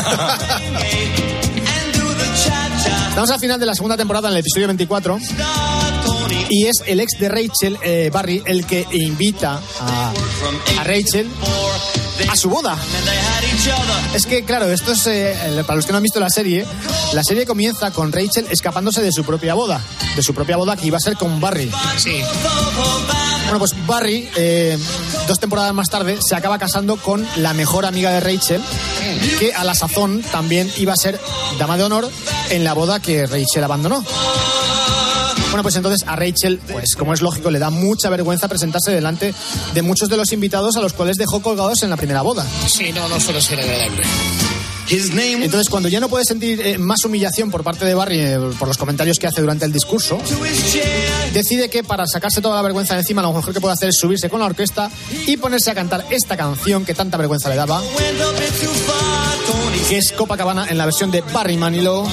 Estamos al final de la segunda temporada, en el episodio veinticuatro. Y es el ex de Rachel, eh, Barry, el que invita a, a Rachel a su boda. Es que, claro, esto es, eh, para los que no han visto la serie, la serie comienza con Rachel escapándose de su propia boda. De su propia boda que iba a ser con Barry. Sí. Bueno, pues Barry, eh, dos temporadas más tarde, se acaba casando con la mejor amiga de Rachel, que a la sazón también iba a ser dama de honor en la boda que Rachel abandonó. Bueno, pues entonces a Rachel, pues como es lógico, le da mucha vergüenza presentarse delante de muchos de los invitados a los cuales dejó colgados en la primera boda. Sí, no, no suele ser agradable. Entonces, cuando ya no puede sentir eh, más humillación por parte de Barry eh, por los comentarios que hace durante el discurso, decide que para sacarse toda la vergüenza de encima, lo mejor que puede hacer es subirse con la orquesta y ponerse a cantar esta canción que tanta vergüenza le daba. que es Copacabana en la versión de Barry Manilow.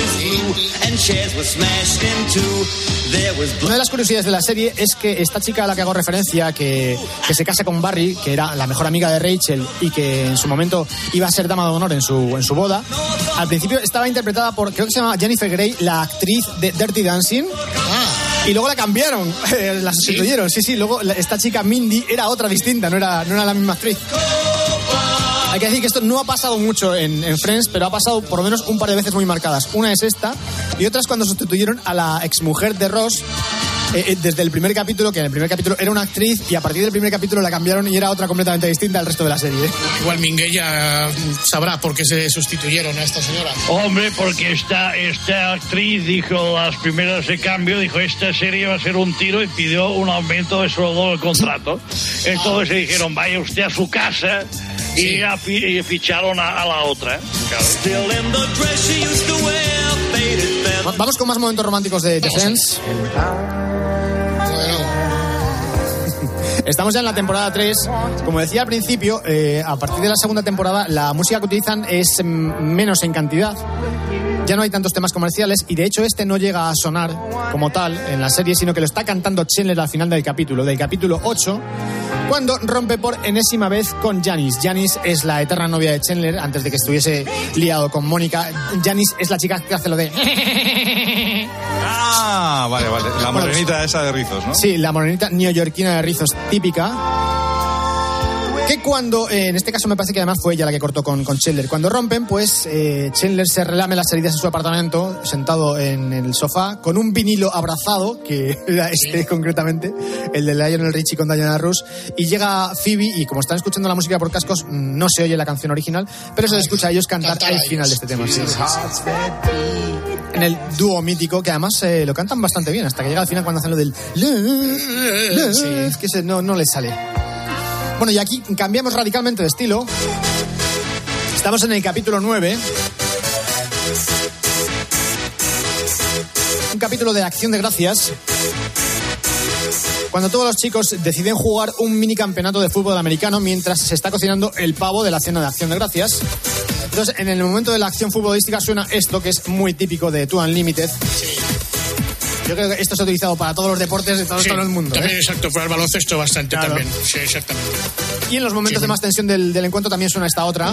Una de las curiosidades de la serie es que esta chica a la que hago referencia, que, que se casa con Barry, que era la mejor amiga de Rachel y que en su momento iba a ser dama de honor en su, en su boda, al principio estaba interpretada por, creo que se llama Jennifer Grey, la actriz de Dirty Dancing. Y luego la cambiaron, eh, la sustituyeron. Sí, sí, luego la, esta chica Mindy era otra distinta, no era, no era la misma actriz. Hay que decir que esto no ha pasado mucho en, en Friends, pero ha pasado por lo menos un par de veces muy marcadas. Una es esta, y otra es cuando sustituyeron a la exmujer de Ross eh, eh, desde el primer capítulo, que en el primer capítulo era una actriz, y a partir del primer capítulo la cambiaron y era otra completamente distinta al resto de la serie. Igual Minguella sabrá por qué se sustituyeron a esta señora. Hombre, porque esta, esta actriz dijo, las primeras de cambio, dijo, esta serie va a ser un tiro y pidió un aumento de sueldo del contrato. Entonces se dijeron, vaya usted a su casa. Y, a, y ficharon a, a la otra. Claro. Vamos con más momentos románticos de The Friends. Estamos ya en la temporada tres. Como decía al principio, eh, a partir de la segunda temporada la música que utilizan es menos en cantidad. Ya no hay tantos temas comerciales y de hecho este no llega a sonar como tal en la serie, sino que lo está cantando Chandler al final del capítulo, del capítulo ocho, cuando rompe por enésima vez con Janice. Janice es la eterna novia de Chandler antes de que estuviese liado con Mónica. Janice es la chica que hace lo de... Ah, vale, vale. La morenita esa de rizos, ¿no? Sí, la morenita neoyorquina de rizos típica. Que cuando, eh, en este caso me parece que además fue ella la que cortó con, con Chandler. Cuando rompen, pues eh, Chandler se relame las heridas en su apartamento, sentado en el sofá, con un vinilo abrazado, que era este sí. concretamente, el de Lionel Richie con Diana Ross, y llega Phoebe, y como están escuchando la música por cascos, no se oye la canción original, pero se escucha a ellos cantar el final de este tema. Sí, sí, sí. En el dúo mítico, que además eh, lo cantan bastante bien, hasta que llega al final cuando hacen lo del... Sí. Es que se, no, no les sale. Bueno, y aquí cambiamos radicalmente de estilo. Estamos en el capítulo nueve. Un capítulo de Acción de Gracias. Cuando todos los chicos deciden jugar un mini campeonato de fútbol americano mientras se está cocinando el pavo de la cena de Acción de Gracias. Entonces, en el momento de la acción futbolística suena esto, que es muy típico de Two Unlimited. Sí. Yo creo que esto se ha utilizado para todos los deportes de todo, sí, todo el mundo. También, ¿eh? Exacto, para el baloncesto bastante claro. también. Sí, exactamente. Y en los momentos sí, de más tensión del, del encuentro también suena esta otra.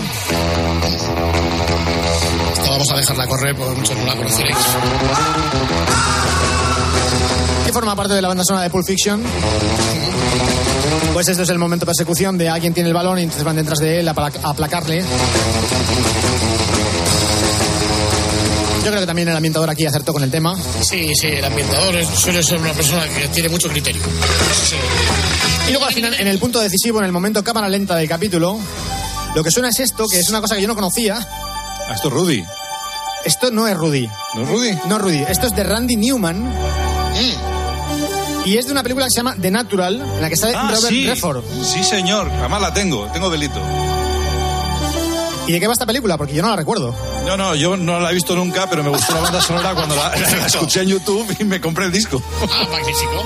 Esta vamos a dejarla correr porque muchos no la conoceréis. Que forma parte de la banda sonora de Pulp Fiction. Pues esto es el momento de persecución de alguien tiene el balón y entonces van detrás de él a aplacarle. Yo creo que también el ambientador aquí acertó con el tema. Sí, sí, el ambientador suele ser una persona que tiene mucho criterio. Sí. Y luego al final, en el punto decisivo, en el momento cámara lenta del capítulo, lo que suena es esto, que es una cosa que yo no conocía. Ah, esto es Rudy. Esto no es Rudy. ¿No es Rudy? No es Rudy. Esto es de Randy Newman. Mm. Y es de una película que se llama The Natural, en la que sale ah, Robert sí. Redford. Sí, señor. Además la tengo. Tengo delito. ¿Y de qué va esta película? Porque yo no la recuerdo. No, no, yo no la he visto nunca, pero me gustó la banda sonora cuando la, la escuché en YouTube y me compré el disco. Ah, magnífico.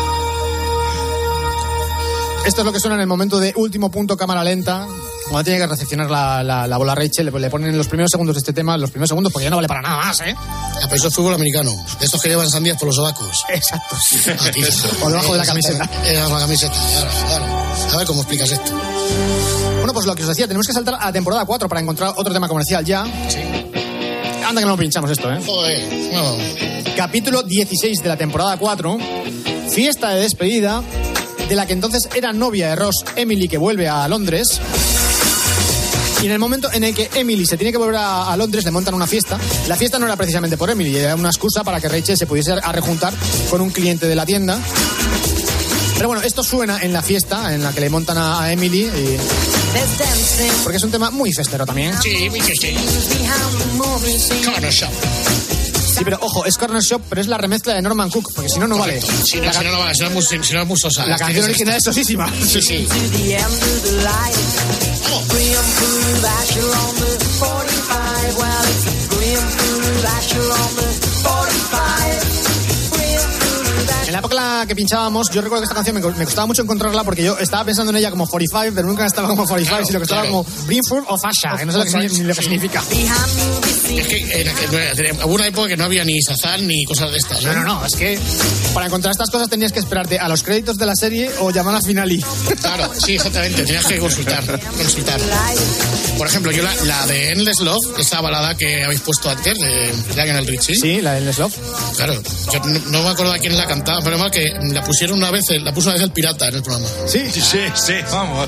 Esto es lo que suena en el momento de último punto cámara lenta. Cuando tiene que recepcionar la, la, la bola Rachel, le, le ponen en los primeros segundos de este tema, los primeros segundos, porque ya no vale para nada más, ¿eh? Ah, pero eso es fútbol americano. De estos que llevan sandías por los sobacos. Exacto. O debajo de la camiseta. Eh, la camiseta. Claro, claro. A ver cómo explicas esto. Bueno, pues lo que os decía, tenemos que saltar a la temporada cuatro para encontrar otro tema comercial ya. Sí. Anda que no lo pinchamos esto, ¿eh? Joder, no. Capítulo dieciséis de la temporada cuatro. Fiesta de despedida de la que entonces era novia de Ross, Emily, que vuelve a Londres. Y en el momento en el que Emily se tiene que volver a, a Londres, le montan una fiesta. La fiesta no era precisamente por Emily, era una excusa para que Rachel se pudiese a rejuntar con un cliente de la tienda. Pero bueno, esto suena en la fiesta en la que le montan a, a Emily. Y... porque es un tema muy festero también. Sí, muy festero. Corner Shop. Sí, pero ojo, es Corner Shop, pero es la remezcla de Norman Cook, porque si no, no Correcto. vale. Si no, la si no, no vale, si no es muy, si no es muy sosa. La es canción que original es sosísima. Sí, sí. En la época semana que pinchábamos, yo recuerdo que esta canción me, me costaba mucho encontrarla porque yo estaba pensando en ella como cuarenta y cinco, pero nunca estaba como cuarenta y cinco, claro, sino que estaba claro. como Brimford o Fasha, que no sé lo que, ni, ni lo que sí. significa. Es que era, que hubo una época que no había ni Shazam ni cosas de estas. No, no, no, es que para encontrar estas cosas tenías que esperarte a los créditos de la serie o llamar a Finali. Claro, sí, exactamente, tenías que consultar, consultar. Por ejemplo, yo la, la de Endless Love, esa balada que habéis puesto antes, de Lionel Richie. Sí, la de Endless Love. Claro, yo no, no me acuerdo a quién la cantaba, pero mal que la pusieron una vez, la puso una vez el Pirata en el programa. Sí, sí, sí, sí vamos.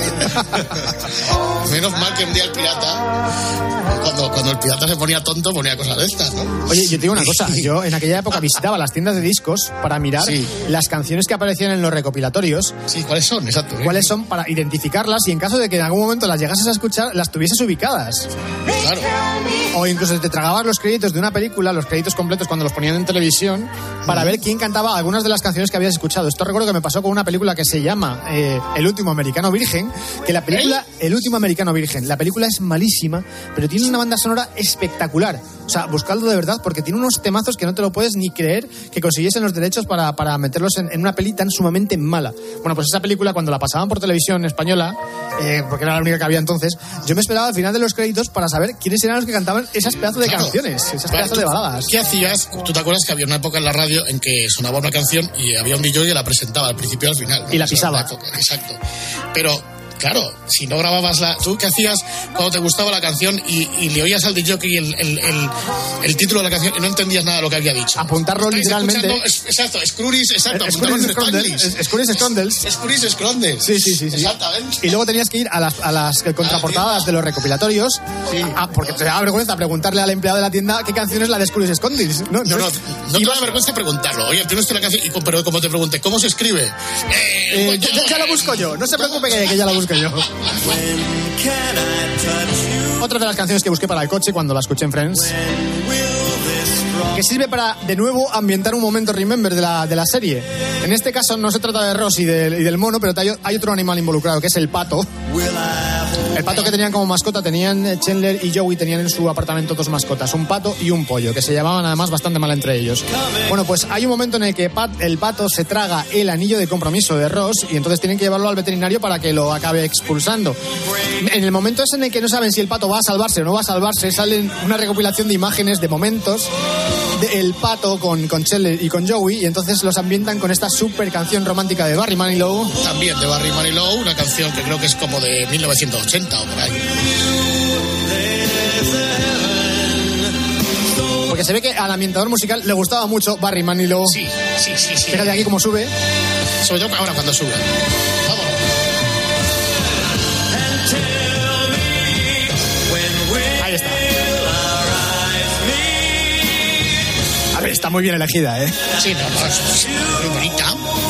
Menos mal que un día el Pirata, cuando, cuando el Pirata se ponía tonto, ponía cosas de estas, ¿no? Oye, yo te digo una cosa, yo en aquella época visitaba las tiendas de discos para mirar sí. las canciones que aparecían en los recopilatorios. Sí, ¿cuáles son? Exacto. ¿eh? ¿Cuáles son para identificarlas y en caso de que en algún momento las llegases a escuchar, las tuvieses ubicadas? Claro. O incluso te tragabas los créditos de una película, los créditos completos cuando los ponían en televisión, para mm. ver quién cantaba algunas de las canciones que habías escuchado. Esto recuerdo que me pasó con una película que se llama eh, El último americano virgen, que la película ¿Eh? El último americano virgen, la película es malísima, pero tiene una banda sonora espectacular. O sea, buscadlo de verdad porque tiene unos temazos que no te lo puedes ni creer que consiguiesen los derechos para, para meterlos en, en una peli tan sumamente mala. Bueno, pues esa película cuando la pasaban por televisión española, eh, porque era la única que había entonces, yo me esperaba al final de los créditos para saber quiénes eran los que cantaban esas pedazos de claro. canciones, esas pedazos de baladas. ¿Qué hacías? ¿Tú te acuerdas que había una época en la radio en que sonaba una canción y había un D J que la presentaba al principio y al final, ¿no? Y la pisaba. O sea, exacto. Pero claro, si no grababas la... ¿Tú qué hacías cuando te gustaba la canción y, y le oías al D J el, el, el, el título de la canción y no entendías nada de lo que había dicho? Apuntarlo literalmente. Es, exacto, Scruris, exacto. Scruris Scrondels. Scruris Scrondels. Sí, sí, sí, sí. Exactamente. Y luego tenías que ir a las, a las contraportadas de los recopilatorios, sí. a, porque te da vergüenza preguntarle al empleado de la tienda qué canción es la de Scruris Scrondels. No, no, no, no, no te da vergüenza preguntarlo. Oye, tienes una canción, pero como te pregunte, ¿cómo se escribe? Eh, eh, ya, ya lo busco yo, no se preocupe que, que ya lo busco yo. Otra de las canciones que busqué para el coche cuando la escuché en Friends, que sirve para de nuevo ambientar un momento remember de la, de la serie. En este caso no se trata de Ross y del, y del mono, pero hay, hay otro animal involucrado, que es el pato. El pato que tenían como mascota, tenían Chandler y Joey tenían en su apartamento dos mascotas, un pato y un pollo, que se llamaban además bastante mal entre ellos. Bueno, pues hay un momento en el que Pat, el pato se traga el anillo de compromiso de Ross y entonces tienen que llevarlo al veterinario para que lo acabe expulsando. En el momento ese en el que no saben si el pato va a salvarse o no va a salvarse, salen una recopilación de imágenes, de momentos del pato con, con Chandler y con Joey, y entonces los ambientan con esta super canción romántica de Barry Manilow. También de Barry Manilow, una canción que creo que es como de mil novecientos ochenta o por ahí. Porque se ve que al ambientador musical le gustaba mucho Barry Manilow. Sí, sí, sí, sí. Fíjate aquí cómo sube. Sobre todo ahora cuando sube. Vamos. Ahí está. A ver, está muy bien elegida, ¿eh? Sí, no, no, es muy bonita.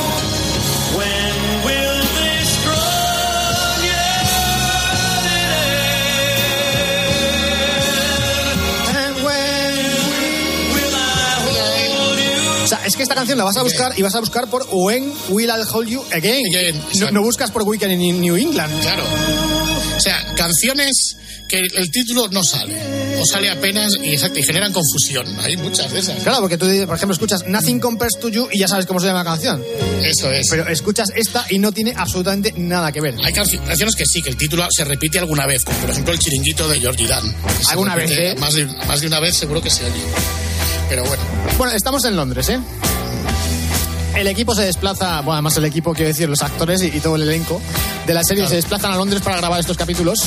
O sea, es que esta canción la vas a buscar y vas a buscar por When Will I Hold You Again. Again no, no buscas por Weekend in New England. Claro. O sea, canciones que el título no sale o sale apenas y, exacto, y generan confusión. Hay muchas de esas. Claro, porque tú, por ejemplo, escuchas Nothing Compares to You y ya sabes cómo se llama la canción. Eso es. Pero escuchas esta y no tiene absolutamente nada que ver. Hay canciones que sí, que el título se repite alguna vez, como por ejemplo El Chiringuito de Georgie Dan. ¿Alguna vez, eh? Más de, más de una vez seguro que se oye. Pero bueno. Bueno, estamos en Londres, ¿eh? El equipo se desplaza, bueno, además el equipo, quiero decir, los actores y, y todo el elenco de la serie, claro, se desplazan a Londres para grabar estos capítulos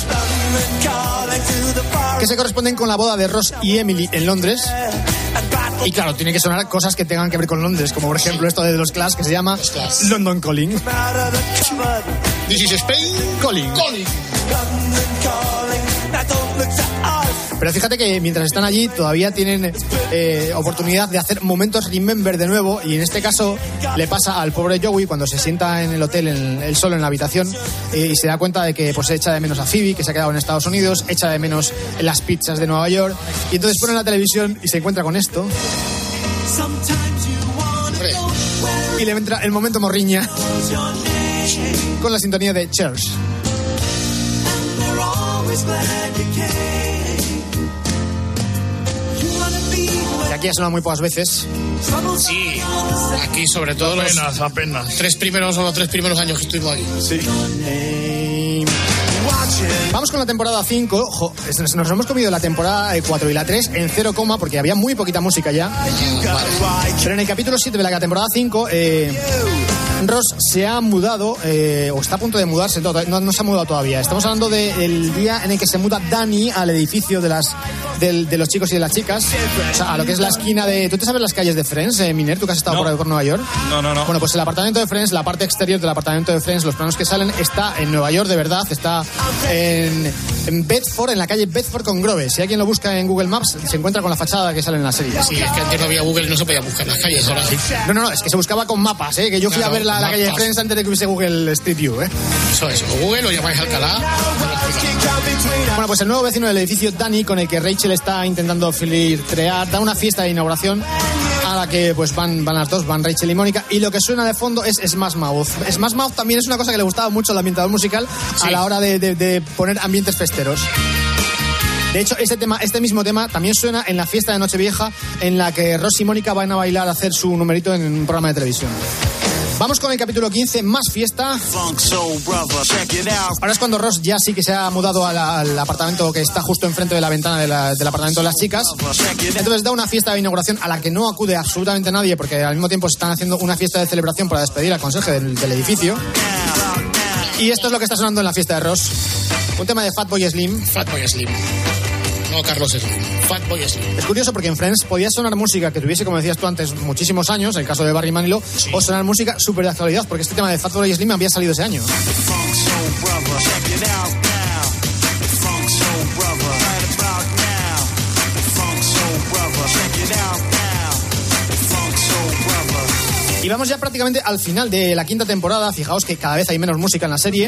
que se corresponden con la boda de Ross y Emily en Londres. Y claro, tiene que sonar cosas que tengan que ver con Londres, como por ejemplo esto de los Clash, que se llama London Calling. This is Spain Calling. Calling. Pero fíjate que mientras están allí todavía tienen eh, oportunidad de hacer momentos remember de nuevo, y en este caso le pasa al pobre Joey cuando se sienta en el hotel, en, él solo en la habitación, eh, y se da cuenta de que pues echa de menos a Phoebe, que se ha quedado en Estados Unidos, echa de menos las pizzas de Nueva York, y entonces pone la televisión y se encuentra con esto. Y le entra el momento morriña con la sintonía de Cheers. aquí ha sonado muy pocas veces. Sí, aquí sobre todo apenas, los apenas. tres primeros o los tres primeros años que estuvimos aquí. Sí. Eh... Vamos con la temporada cinco. Jo, nos hemos comido la temporada cuatro y la tres en cero coma porque había muy poquita música ya. Vale. Pero en el capítulo siete de la temporada cinco, eh, Ross se ha mudado, eh, o está a punto de mudarse, no, no, no se ha mudado todavía. Estamos hablando del día en el que se muda Danny al edificio de las de, de los chicos y de las chicas. O sea, a lo que es la esquina de... ¿Tú te sabes las calles de Friends, eh, Miner? ¿Tú que has estado no. por, por Nueva York? No, no, no. Bueno, pues el apartamento de Friends, la parte exterior del apartamento de Friends, los planos que salen, está en Nueva York, de verdad. Está en, en Bedford, en la calle Bedford con Grove. Si alguien lo busca en Google Maps, se encuentra con la fachada que sale en la serie. Sí, es que antes no había Google y no se podía buscar las calles, ahora sí. No, no, no, es que se buscaba con mapas, ¿eh? Que yo fui claro, a ver la, la calle de Friends antes de que hubiese Google Street View, ¿eh? Eso es, o Google o llamáis a Alcalá. Bueno, pues el nuevo vecino del edificio, Danny, con el que Rachel está intentando filtrear, da una fiesta de inauguración a la que pues van, van las dos, van Rachel y Mónica, y lo que suena de fondo es Smash Mouth. Smash Mouth también es una cosa que le gustaba mucho al ambientador musical sí. a la hora de, de, de poner ambientes festeros. De hecho, este tema, este mismo tema también suena en la fiesta de Nochevieja en la que Ross y Mónica van a bailar, a hacer su numerito en un programa de televisión. Vamos con el capítulo quince, más fiesta. Ahora es cuando Ross ya sí que se ha mudado a la, al apartamento que está justo enfrente de la ventana de la, del apartamento de las chicas. Entonces da una fiesta de inauguración a la que no acude absolutamente nadie porque al mismo tiempo se están haciendo una fiesta de celebración para despedir al conserje del, del edificio. Y esto es lo que está sonando en la fiesta de Ross. Un tema de Fatboy Slim. Fatboy Slim. No, Carlos Slim. Fatboy Slim. Es curioso porque en Friends podía sonar música que tuviese, como decías tú antes, muchísimos años, el caso de Barry Manilow, sí. o sonar música súper de actualidad, porque este tema de Fatboy Slim había salido ese año. Y vamos ya prácticamente al final de la quinta temporada. Fijaos que cada vez hay menos música en la serie.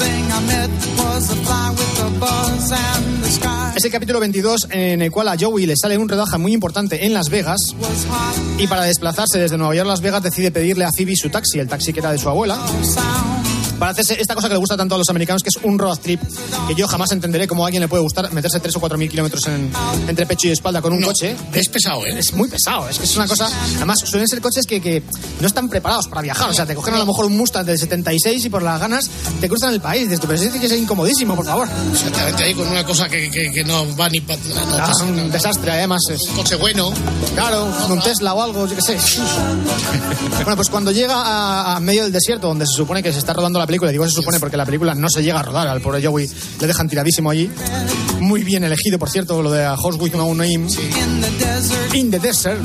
Es el capítulo veintidós en el cual a Joey le sale un rodaje muy importante en Las Vegas. Y para desplazarse desde Nueva York a Las Vegas decide pedirle a Phoebe su taxi, el taxi que era de su abuela. Para hacerse esta cosa que le gusta tanto a los americanos, que es un road trip, que yo jamás entenderé cómo a alguien le puede gustar meterse tres o cuatro mil kilómetros en, entre pecho y espalda con un no, coche. Es pesado, ¿eh? Es muy pesado, es que es una cosa... Además, suelen ser coches que, que no están preparados para viajar, o sea, te cogen a lo mejor un Mustang del setenta y seis y por las ganas te cruzan el país. Dices, pero es que es incomodísimo, por favor. Exactamente, ahí con una cosa que, que, que no va ni para... No, ah, un no, desastre, además. Es un coche bueno. Claro, no, un Tesla o algo, yo qué sé. Bueno, pues cuando llega a, a medio del desierto, donde se supone que se está rodando la película, digo se supone porque la película no se llega a rodar, al pobre Joey le dejan tiradísimo allí. Muy bien elegido, por cierto, lo de A Horse with No Name. Sí. In the Desert.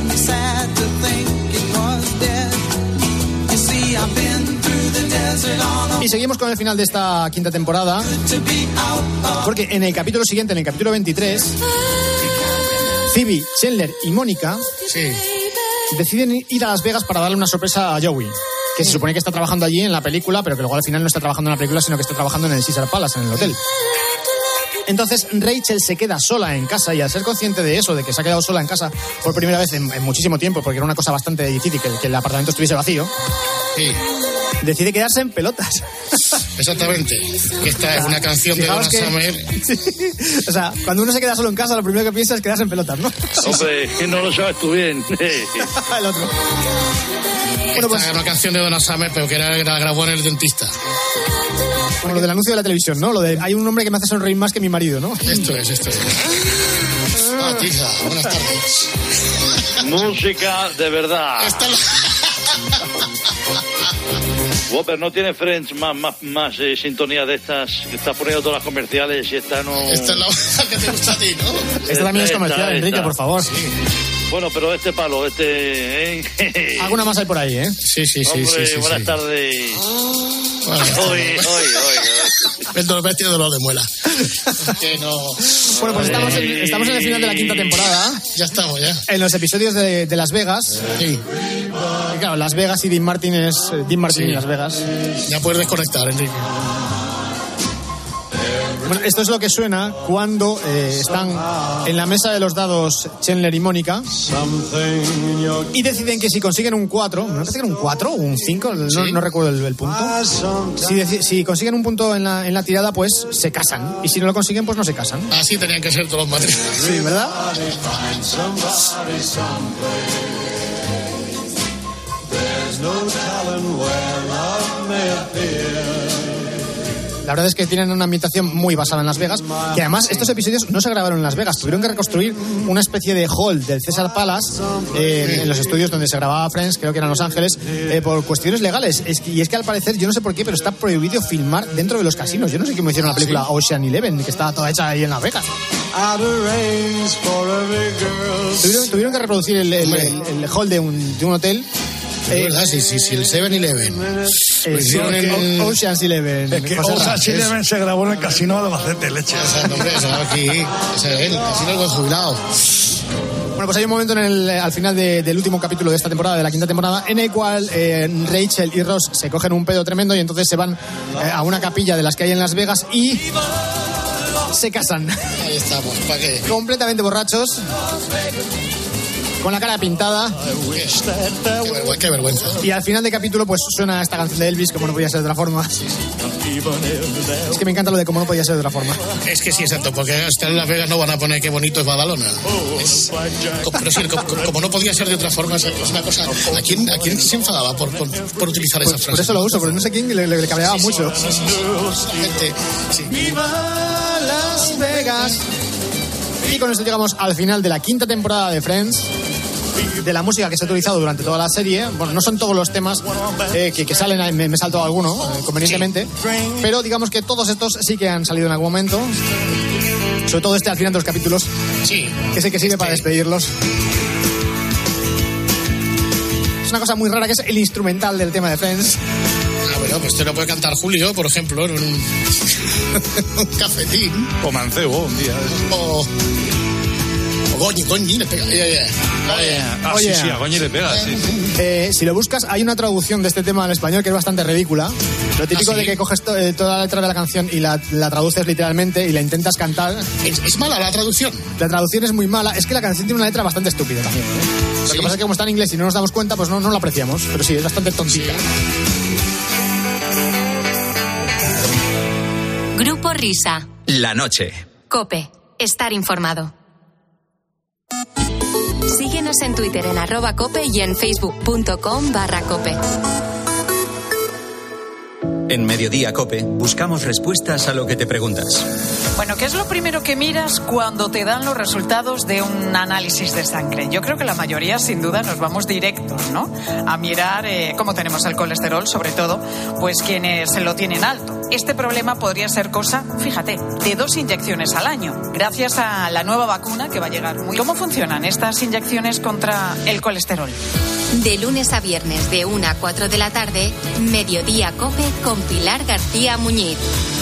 Y seguimos con el final de esta quinta temporada, porque en el capítulo siguiente, en el capítulo veintitrés, Phoebe, Chandler y Mónica sí. deciden ir a Las Vegas para darle una sorpresa a Joey, que se supone que está trabajando allí en la película, pero que luego al final no está trabajando en la película, sino que está trabajando en el Caesar Palace, en el hotel. Entonces Rachel se queda sola en casa, y al ser consciente de eso, de que se ha quedado sola en casa por primera vez en, en muchísimo tiempo, porque era una cosa bastante difícil que, que el apartamento estuviese vacío, sí. decide quedarse en pelotas. Exactamente. Esta es una canción de Donna que... Summer. Sí. O sea, cuando uno se queda solo en casa, lo primero que piensa es quedarse en pelotas, ¿no? Hombre, que no lo sabes tú bien. El otro. Bueno, pues... Esta es una canción de Donna Summer, pero que era, la grabó en el dentista. Como lo del anuncio de la televisión, ¿no? Lo de hay un hombre que me hace sonreír más que mi marido, ¿no? Esto es, esto es. Ah, tija, buenas tardes. Música de verdad. Esta la... Whopper, ¿no tiene Friends más, más, más eh, sintonía de estas? Que está poniendo todas las comerciales y esta no... Esta es la que te gusta a ti, ¿no? Esta, esta también es comercial, esta, Enrique, esta. Por favor. Sí. Bueno, pero este palo, este... ¿eh? Alguna más hay por ahí, ¿eh? Sí, sí, sí. Hombre, sí, sí buenas sí. tardes. Bueno, hoy, hoy, hoy. El dolor de dolor de muela. Que no... Bueno, pues estamos en, estamos en el final de la quinta temporada. Ya estamos, ya. En los episodios de, de Las Vegas. Sí. Y claro, Las Vegas y Dean Martin es... Dean Martin sí. y Las Vegas. Ya puedes desconectar, Enrique. Bueno, esto es lo que suena cuando eh, están en la mesa de los dados Chandler y Mónica y deciden que si consiguen un cuatro, ¿no consiguen un cuatro o un cinco? No, Sí. no recuerdo el, el punto. Si, deci- si consiguen un punto en la, en la tirada, pues se casan. Y si no lo consiguen, pues no se casan. Así tenían que ser todos los matrimonios. Sí, ¿verdad? La verdad es que tienen una ambientación muy basada en Las Vegas, que además estos episodios no se grabaron en Las Vegas, tuvieron que reconstruir una especie de hall del César Palace eh, en los estudios donde se grababa Friends, creo que eran Los Ángeles, eh, por cuestiones legales. Es que- y es que al parecer, yo no sé por qué, pero está prohibido filmar dentro de los casinos. Yo no sé cómo hicieron la película Ocean Eleven, que estaba toda hecha ahí en Las Vegas. Tuvieron, tuvieron que reproducir el, el- el- el hall de un, de un hotel. Es verdad, sí, sí, sí, el seven eleven. Eh, Lo hicieron sí, en- O- Ocean's Eleven. Es que José Ocean's Ramírez. Eleven se grabó en el casino de Albacete, leche. O sea, no, hombre, se va aquí. Ese es él, así no es buen jubilado. Bueno, pues hay un momento en el, al final de- del último capítulo de esta temporada, de la quinta temporada, en el cual eh, Rachel y Ross se cogen un pedo tremendo y entonces se van eh, a una capilla de las que hay en Las Vegas y se casan. Ahí estamos, ¿para qué? Completamente borrachos, con la cara pintada. Qué vergüenza, qué vergüenza. Y al final del capítulo pues suena esta canción de Elvis, como no podía ser de otra forma. Es que me encanta lo de como no podía ser de otra forma. Es que sí, exacto, porque hasta en Las Vegas no van a poner qué bonito es Badalona. Es- pero sí, como, como no podía ser de otra forma, es una cosa... ¿A quién, a quién se enfadaba por, por, por utilizar esa Por, frase? por eso lo uso, porque no sé quién le, le, le cabreaba Sí, sí, mucho. sí, sí, sí. Gente, sí. ¡Viva Las Vegas! Y con esto llegamos al final de la quinta temporada de Friends. De la música que se ha utilizado durante toda la serie. Bueno, no son todos los temas eh, que, que salen, ahí, me, me he saltado alguno, eh, convenientemente. Pero digamos que todos estos sí que han salido en algún momento. Sobre todo este al final de los capítulos. Sí. Que es el que sirve para despedirlos. Es una cosa muy rara que es el instrumental del tema de Friends. Ah, bueno, pues te lo puede cantar Julio, por ejemplo, en un, un cafetín. O Mancebo, un día. O... o Goñi, Goñi, le pega. Yeah, yeah. Ah, Oye. sí, sí, a Goñi le pega, sí. Eh, si lo buscas, hay una traducción de este tema al español que es bastante ridícula. Lo típico ¿Ah, sí? de que coges to- eh, toda la letra de la canción y la, la traduces literalmente y la intentas cantar. ¿Es, es mala la traducción? La traducción es muy mala. Es que la canción tiene una letra bastante estúpida también. ¿eh? Lo ¿Sí? que pasa es que como está en inglés y no nos damos cuenta, pues no, no la apreciamos. Pero sí, es bastante tontita. Grupo Risa. La noche. Cope. Estar informado. Síguenos en Twitter en arroba cope y en facebook.com barra cope. En Mediodía Cope buscamos respuestas a lo que te preguntas. Bueno, ¿qué es lo primero que miras cuando te dan los resultados de un análisis de sangre? Yo creo que la mayoría, sin duda, nos vamos directos, ¿no? A mirar eh, cómo tenemos el colesterol, sobre todo, pues quienes lo tienen alto. Este problema podría ser cosa, fíjate, de dos inyecciones al año, gracias a la nueva vacuna que va a llegar muy... ¿Cómo funcionan estas inyecciones contra el colesterol? De lunes a viernes de una a cuatro de la tarde, Mediodía Cope con Pilar García Muñiz.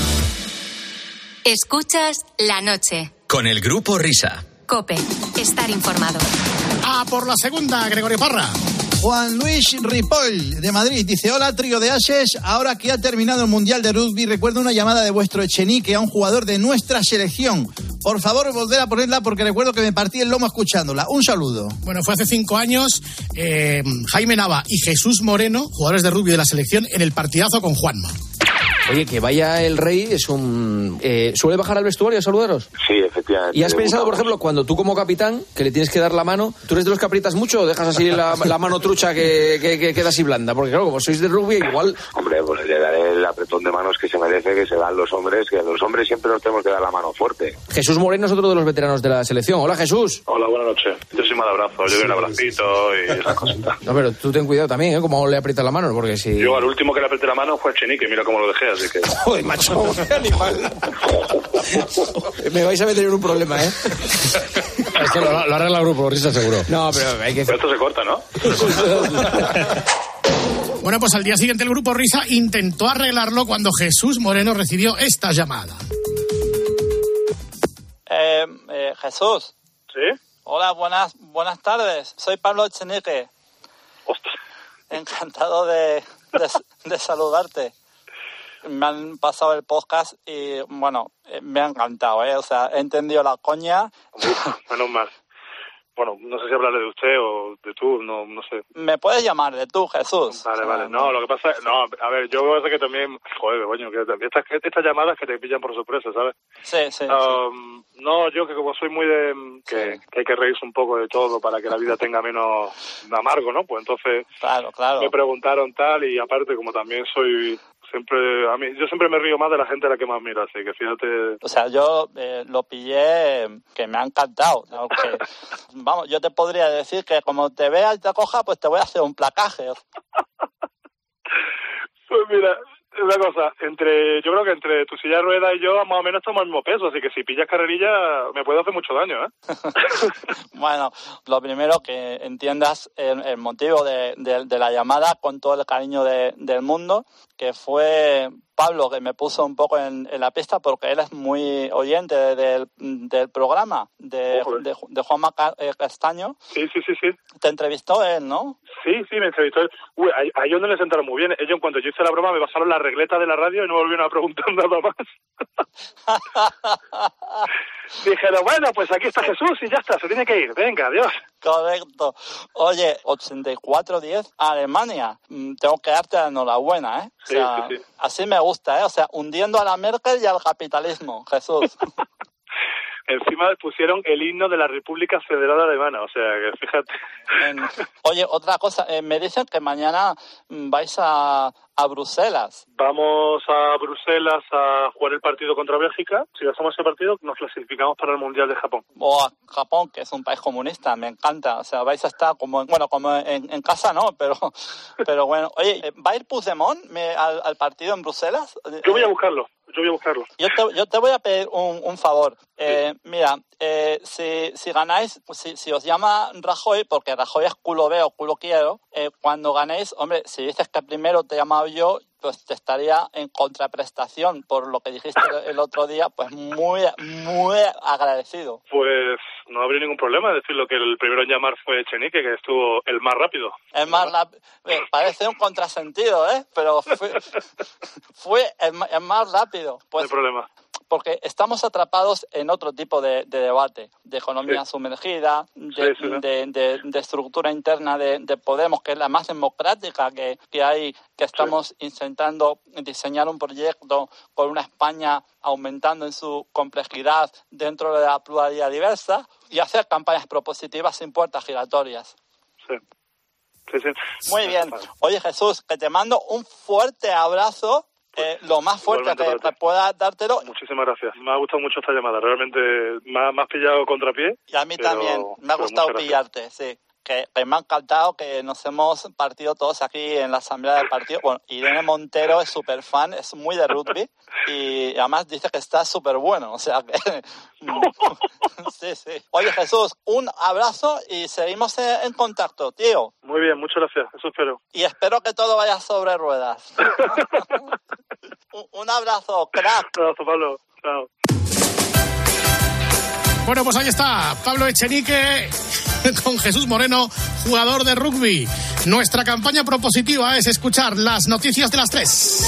Escuchas La Noche. Con el Grupo Risa. Cope. Estar informado. Ah, por la segunda, Gregorio Parra. Juan Luis Ripoll, de Madrid, dice: hola, trío de ases, ahora que ha terminado el Mundial de Rugby, recuerdo una llamada de vuestro Echenique a un jugador de nuestra selección. Por favor, volver a ponerla porque recuerdo que me partí el lomo escuchándola. Un saludo. Bueno, fue hace cinco años, eh, Jaime Nava y Jesús Moreno, jugadores de rugby de la selección, en el partidazo con Juanma. Oye, que vaya el Rey es un... Eh, ¿Suele bajar al vestuario a saludaros? Sí, efectivamente. ¿Y has pensado, por ejemplo, cuando tú como capitán, que le tienes que dar la mano, ¿tú eres de los que aprietas mucho o dejas así la, la mano trucha que, que, que queda así blanda? Porque claro, como sois de rugby, igual... Hombre, pues le daré el apretón de manos que se merece, que se dan los hombres, que los hombres siempre nos tenemos que dar la mano fuerte. Jesús Moreno es otro de los veteranos de la selección. Hola, Jesús. Hola, buenas noches. Yo soy mal abrazo, yo doy un abracito y esas cositas. No, pero tú ten cuidado también, ¿eh? Como le aprietas la mano, porque si... Yo al último que le apreté la mano fue a Chenique, mira cómo lo dejé, así que... Joder, macho, qué animal. Me vais a meter en un problema, ¿eh? Esto lo, lo arregla el Grupo Risa, seguro. No, pero hay que... Pero esto se corta, ¿no? Bueno, pues al día siguiente el Grupo Risa intentó arreglarlo cuando Jesús Moreno recibió esta llamada. Eh, eh, Jesús. ¿Sí? Hola, buenas buenas tardes. Soy Pablo Echenique. Ostras. Encantado de, de, de saludarte. me han pasado el podcast y, bueno, me ha encantado, ¿eh? O sea, he entendido la coña. Uf, menos mal. Bueno, no sé si hablarle de usted o de tú, no no sé. Me puedes llamar de tú, Jesús. Vale, o sea, vale. No, lo que pasa es... No, a ver, yo sé que también... Joder, coño, que estas, estas llamadas que te pillan por sorpresa, ¿sabes? Sí, sí, um, sí. No, yo que como soy muy de... Que, sí. que hay que reírse un poco de todo para que la vida tenga menos amargo, ¿no? Pues entonces... Claro, claro. Me preguntaron tal y aparte como también soy... Siempre, a mí, yo siempre me río más de la gente a la que más miro, así que fíjate... O sea, yo eh, lo pillé que me ha encantado, ¿no? Que, vamos, yo te podría decir que como te vea y te coja, pues te voy a hacer un placaje. Pues mira, una cosa, entre yo creo que entre tu silla de ruedas y yo más o menos estamos al mismo peso, así que si pillas carrerilla me puede hacer mucho daño, ¿eh? Bueno, lo primero que entiendas el, el motivo de, de, de la llamada con todo el cariño de, del mundo, que fue Pablo que me puso un poco en, en la pista porque él es muy oyente de, de, del programa de, de, de Juanma Castaño. Sí, sí, sí, sí. Te entrevistó él, ¿no? Sí, sí, me entrevistó él. Uy, a, a ellos no les sentaron muy bien. Ellos, cuando yo hice la broma, me bajaron la regleta de la radio y no volvieron a preguntar nada más. Dijeron, bueno, pues aquí está Jesús y ya está, se tiene que ir. Venga, adiós. Correcto. Oye, ochenta y cuatro diez, Alemania. Tengo que darte la enhorabuena, ¿eh? O sea, sí, sí, sí. Así me gusta, ¿eh? O sea, hundiendo a la Merkel y al capitalismo, Jesús. Encima pusieron el himno de la República Federal Alemana, o sea, que fíjate. En... Oye, otra cosa, eh, me dicen que mañana vais a, a Bruselas. Vamos a Bruselas a jugar el partido contra Bélgica. Si hacemos ese partido, nos clasificamos para el Mundial de Japón. O a Japón, que es un país comunista, me encanta. O sea, vais a estar como, bueno, como en, en casa, ¿no? Pero, pero bueno. Oye, ¿va a ir Puigdemont me, al, al partido en Bruselas? Yo voy a buscarlo. Yo voy a buscarlo. Yo te, yo te voy a pedir un, un favor. Eh, mira, eh, si, si ganáis, si, si os llama Rajoy, porque Rajoy es culo veo, culo quiero, eh, cuando ganéis, hombre, si dices que primero te he llamado yo, pues te estaría en contraprestación por lo que dijiste el otro día, pues muy, muy agradecido. Pues no habría ningún problema decirlo que el primero en llamar fue Echenique, que estuvo el más rápido. El más rápido. Parece un contrasentido, ¿eh? Pero fue, fue el, el más rápido. Pues, no hay problema. Porque estamos atrapados en otro tipo de, de debate, de economía sí. sumergida, de, sí, sí, de, de, de estructura interna de, de Podemos, que es la más democrática que, que hay, que estamos sí. intentando diseñar un proyecto con una España aumentando en su complejidad dentro de la pluralidad diversa y hacer campañas propositivas sin puertas giratorias. Sí. Sí, sí. Muy bien. Oye, Jesús, que te mando un fuerte abrazo. Eh, lo más fuerte que, que pueda dártelo. Muchísimas gracias. Me ha gustado mucho esta llamada. Realmente me ha, me has pillado contrapié. Y a mí pero, también. Me ha gustado pillarte, sí. Que, que me ha encantado que nos hemos partido todos aquí en la asamblea del partido. Bueno, Irene Montero es súper fan, es muy de rugby y además dice que está súper bueno. O sea que... sí, sí. Oye, Jesús, un abrazo y seguimos en contacto, tío. Muy bien, muchas gracias. Eso espero. Y espero que todo vaya sobre ruedas. un, un abrazo, crack. Un abrazo, Pablo. Chao. Bueno, pues ahí está Pablo Echenique con Jesús Moreno, jugador de rugby. Nuestra campaña propositiva es escuchar las noticias de las tres.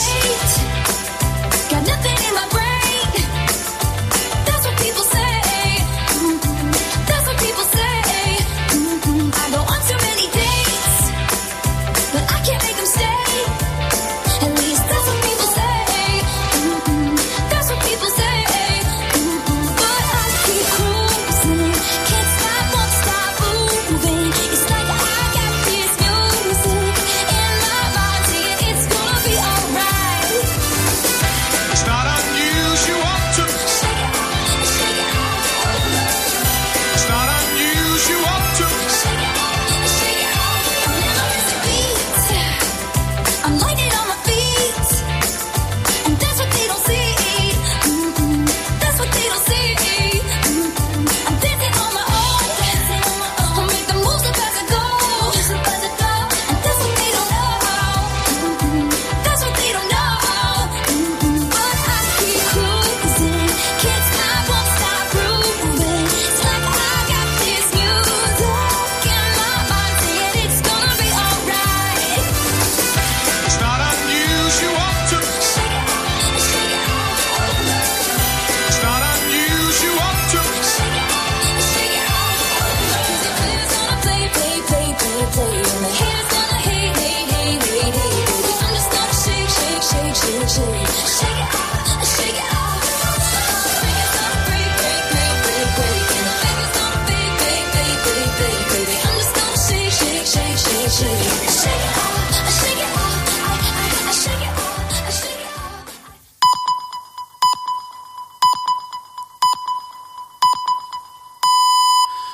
city.